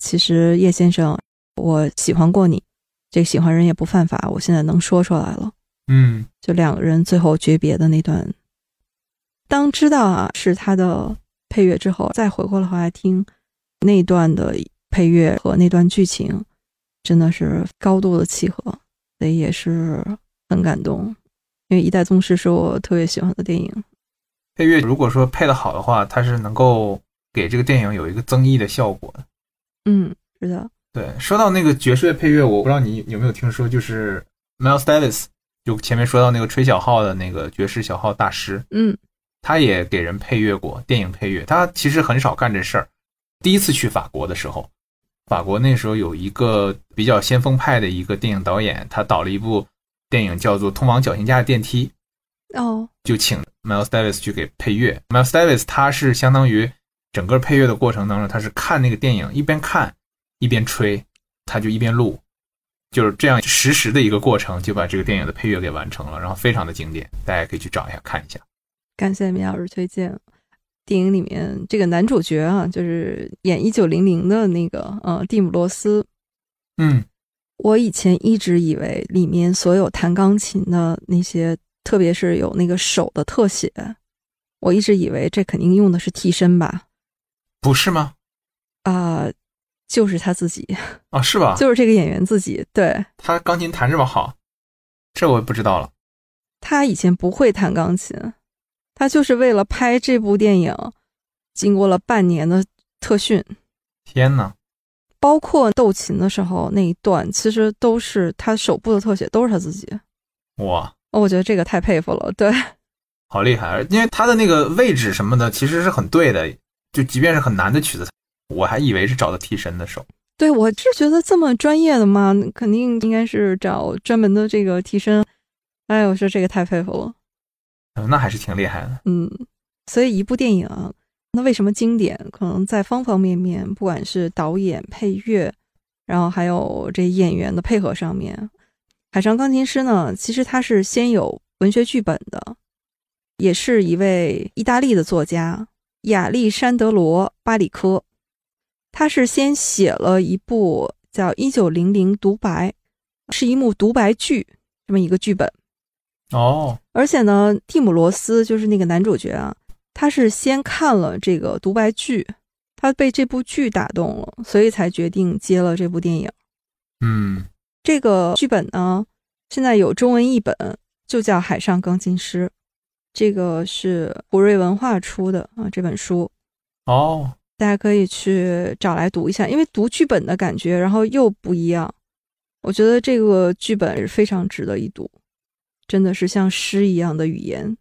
其实叶先生，我喜欢过你，这个喜欢人也不犯法，我现在能说出来了。就两个人最后诀别的那段，当知道是他的配乐之后，再回过头来听那段的配乐和那段剧情，真的是高度的契合，所以也是很感动。因为《一代宗师》是我特别喜欢的电影， 配乐如果说配得好的话，它是能够给这个电影有一个增益的效果的。 是的。 对，说到那个爵士乐配乐，我不知道你有没有听说，就是 Miles Davis， 就前面说到那个吹小号的那个爵士小号大师，他也给人配乐过，电影配乐。他其实很少干这事儿。第一次去法国的时候，法国那时候有一个比较先锋派的一个电影导演，他导了一部电影叫做《通往绞刑架的电梯》，就请 Miles Davis 去给配乐。Miles Davis 他是相当于整个配乐的过程当中，他是看那个电影，一边看一边吹，他就一边录，就是这样实时的一个过程，就把这个电影的配乐给完成了，然后非常的经典，大家可以去找一下看一下。 感谢米老师推荐。电影里面这个男主角就是演1900的那个蒂姆罗斯。我以前一直以为里面所有弹钢琴的那些，特别是有那个手的特写，我一直以为这肯定用的是替身吧。 不是吗？ 就是他自己。 是吧？ 就是这个演员自己。对， 他钢琴弹这么好，这我不知道了。 他以前不会弹钢琴，他就是为了拍这部电影经过了半年的特训。 天哪！ 包括斗琴的时候那一段，其实都是他手部的特写，都是他自己。 哇， 我觉得这个太佩服了。对， 好厉害。因为他的那个位置什么的其实是很对的，就即便是很难的曲子，我还以为是找的替身的手。 对，我是觉得这么专业的嘛，肯定应该是找专门的这个替身。我说这个太佩服了。 那还是挺厉害的。 所以一部电影那为什么经典？可能在方方面面，不管是导演、配乐，然后还有这演员的配合上面。海上钢琴师呢，其实他是先有文学剧本的，也是一位意大利的作家亚历山德罗·巴里科。他是先写了一部叫《1900独白》，是一幕独白剧这么一个剧本。而且呢，蒂姆罗斯就是那个男主角他是先看了这个独白剧，他被这部剧打动了，所以才决定接了这部电影。这个剧本呢，现在有中文译本，就叫《海上钢琴师》，这个是胡瑞文化出的这本书。大家可以去找来读一下，因为读剧本的感觉，然后又不一样。我觉得这个剧本是非常值得一读，真的是像诗一样的语言。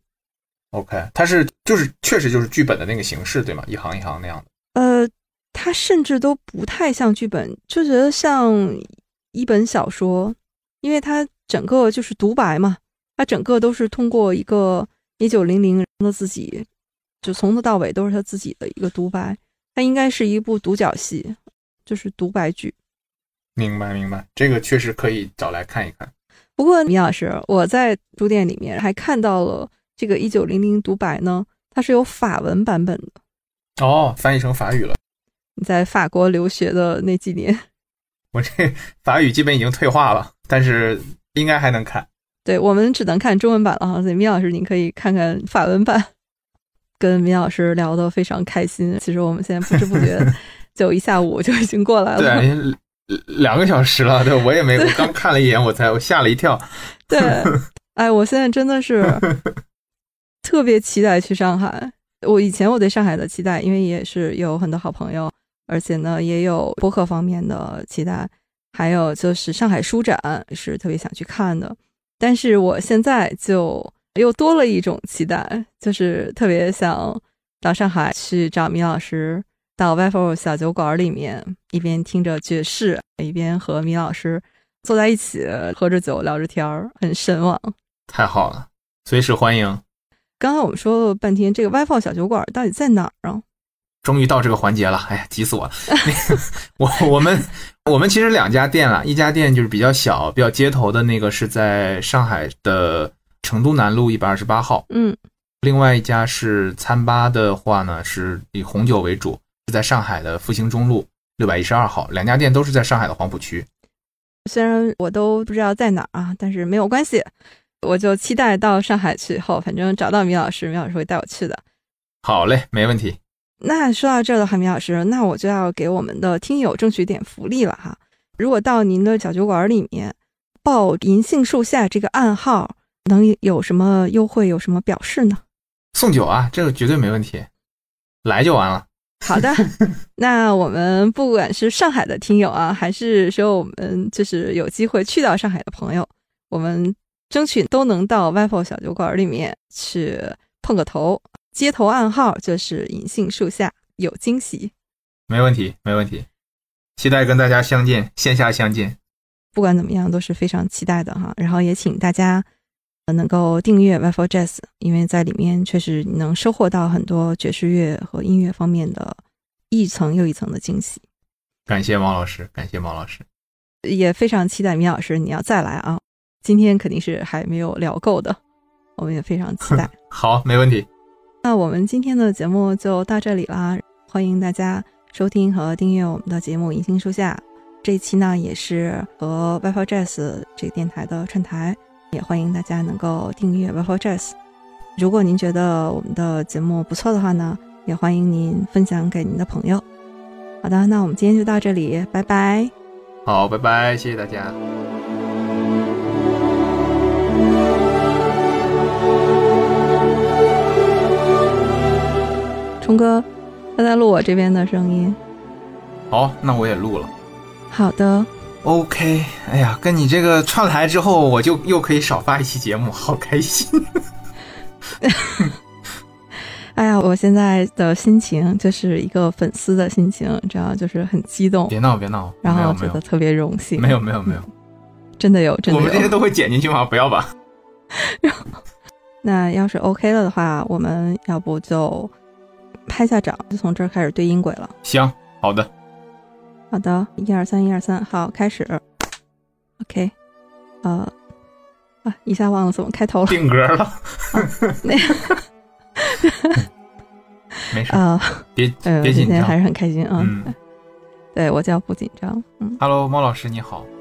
OK， 它是确实就是剧本的那个形式，对吗？一行一行那样的。它甚至都不太像剧本，就觉得像一本小说，因为它整个就是独白嘛，它整个都是通过一个1900人的自己，就从头到尾都是他自己的一个独白。它应该是一部独角戏，就是独白剧。 明白，这个确实可以找来看一看。 不过米老师，我在书店里面还看到了这个1900独白呢，它是有法文版本的。 翻译成法语了。 你在法国留学的那几年， 我这法语基本已经退化了，但是应该还能看。 对，我们只能看中文版了所以米老师您可以看看法文版。跟米老师聊得非常开心，其实我们现在不知不觉就一下午就已经过来了。 对，2个小时了。对，我也没，我刚看了一眼，我吓了一跳。 对，我现在真的是特别期待去上海。以前我对上海的期待，因为也是有很多好朋友，而且呢也有播客方面的期待，还有就是上海书展是特别想去看的。但是我现在就又多了一种期待，就是特别想到上海去找米老师，到 Waffle 小酒馆里面，一边听着爵士，一边和米老师坐在一起喝着酒聊着天儿，很神往。 太好了，随时欢迎。 刚才我们说了半天，这个 Waffle 小酒馆到底在哪儿啊？ 终于到这个环节了，哎呀，急死我了！我们其实2家店了，一家店就是比较小、比较街头的那个，是在上海的成都南路128号。另外一家是餐吧的话呢，是以红酒为主，是在上海的复兴中路 612号，两家店都是在上海的黄浦区。 虽然我都不知道在哪啊，但是没有关系，我就期待到上海去以后，反正找到米老师，米老师会带我去的。 好嘞，没问题。 那说到这儿的话，米老师，那我就要给我们的听友争取点福利了哈。如果到您的小酒馆里面报银杏树下这个暗号，能有什么优惠，有什么表示呢？ 送酒啊，这个绝对没问题，来就完了。 好的，那我们不管是上海的听友啊，还是说我们就是有机会去到上海的朋友，我们争取都能到 Waffle 小酒馆里面去碰个头。街头暗号就是银杏树下有惊喜。 没问题，没问题，期待跟大家相见，线下相见。 不管怎么样都是非常期待的哈，然后也请大家能够订阅 Waffle Jazz， 因为在里面确实能收获到很多爵士乐和音乐方面的一层又一层的惊喜。 感谢毛老师，感谢毛老师， 也非常期待米老师你要再来啊，今天肯定是还没有聊够的，我们也非常期待。 好，没问题。 那我们今天的节目就到这里啦，欢迎大家收听和订阅我们的节目《银杏树下》。这一期呢也是和 Waffle Jazz 这个电台的串台，也欢迎大家能够订阅 Waffle Jazz。如果您觉得我们的节目不错的话呢，也欢迎您分享给您的朋友。好的，那我们今天就到这里，拜拜。 好，拜拜，谢谢大家。 冲哥，他在录我这边的声音。 好，那我也录了。 好的。 OK， 哎呀，跟你这个串台之后，我就又可以少发一期节目，好开心。 哎呀，我现在的心情就是一个粉丝的心情，这样就是很激动。 别闹，别闹， 然后觉得特别荣幸。 没有， 真的有，真的有。 我们这些都会剪进去吗？不要吧。 那要是 OK 了的话，我们要不就拍下掌，就从这儿开始对音轨了。 行，好的。 好的，1、2、3，1、2、3，好，开始。OK，一下忘了怎么开头了。 定格了。 那没事，别紧张， 今天还是很开心啊。对，我叫不紧张。 Hello， 猫老师你好。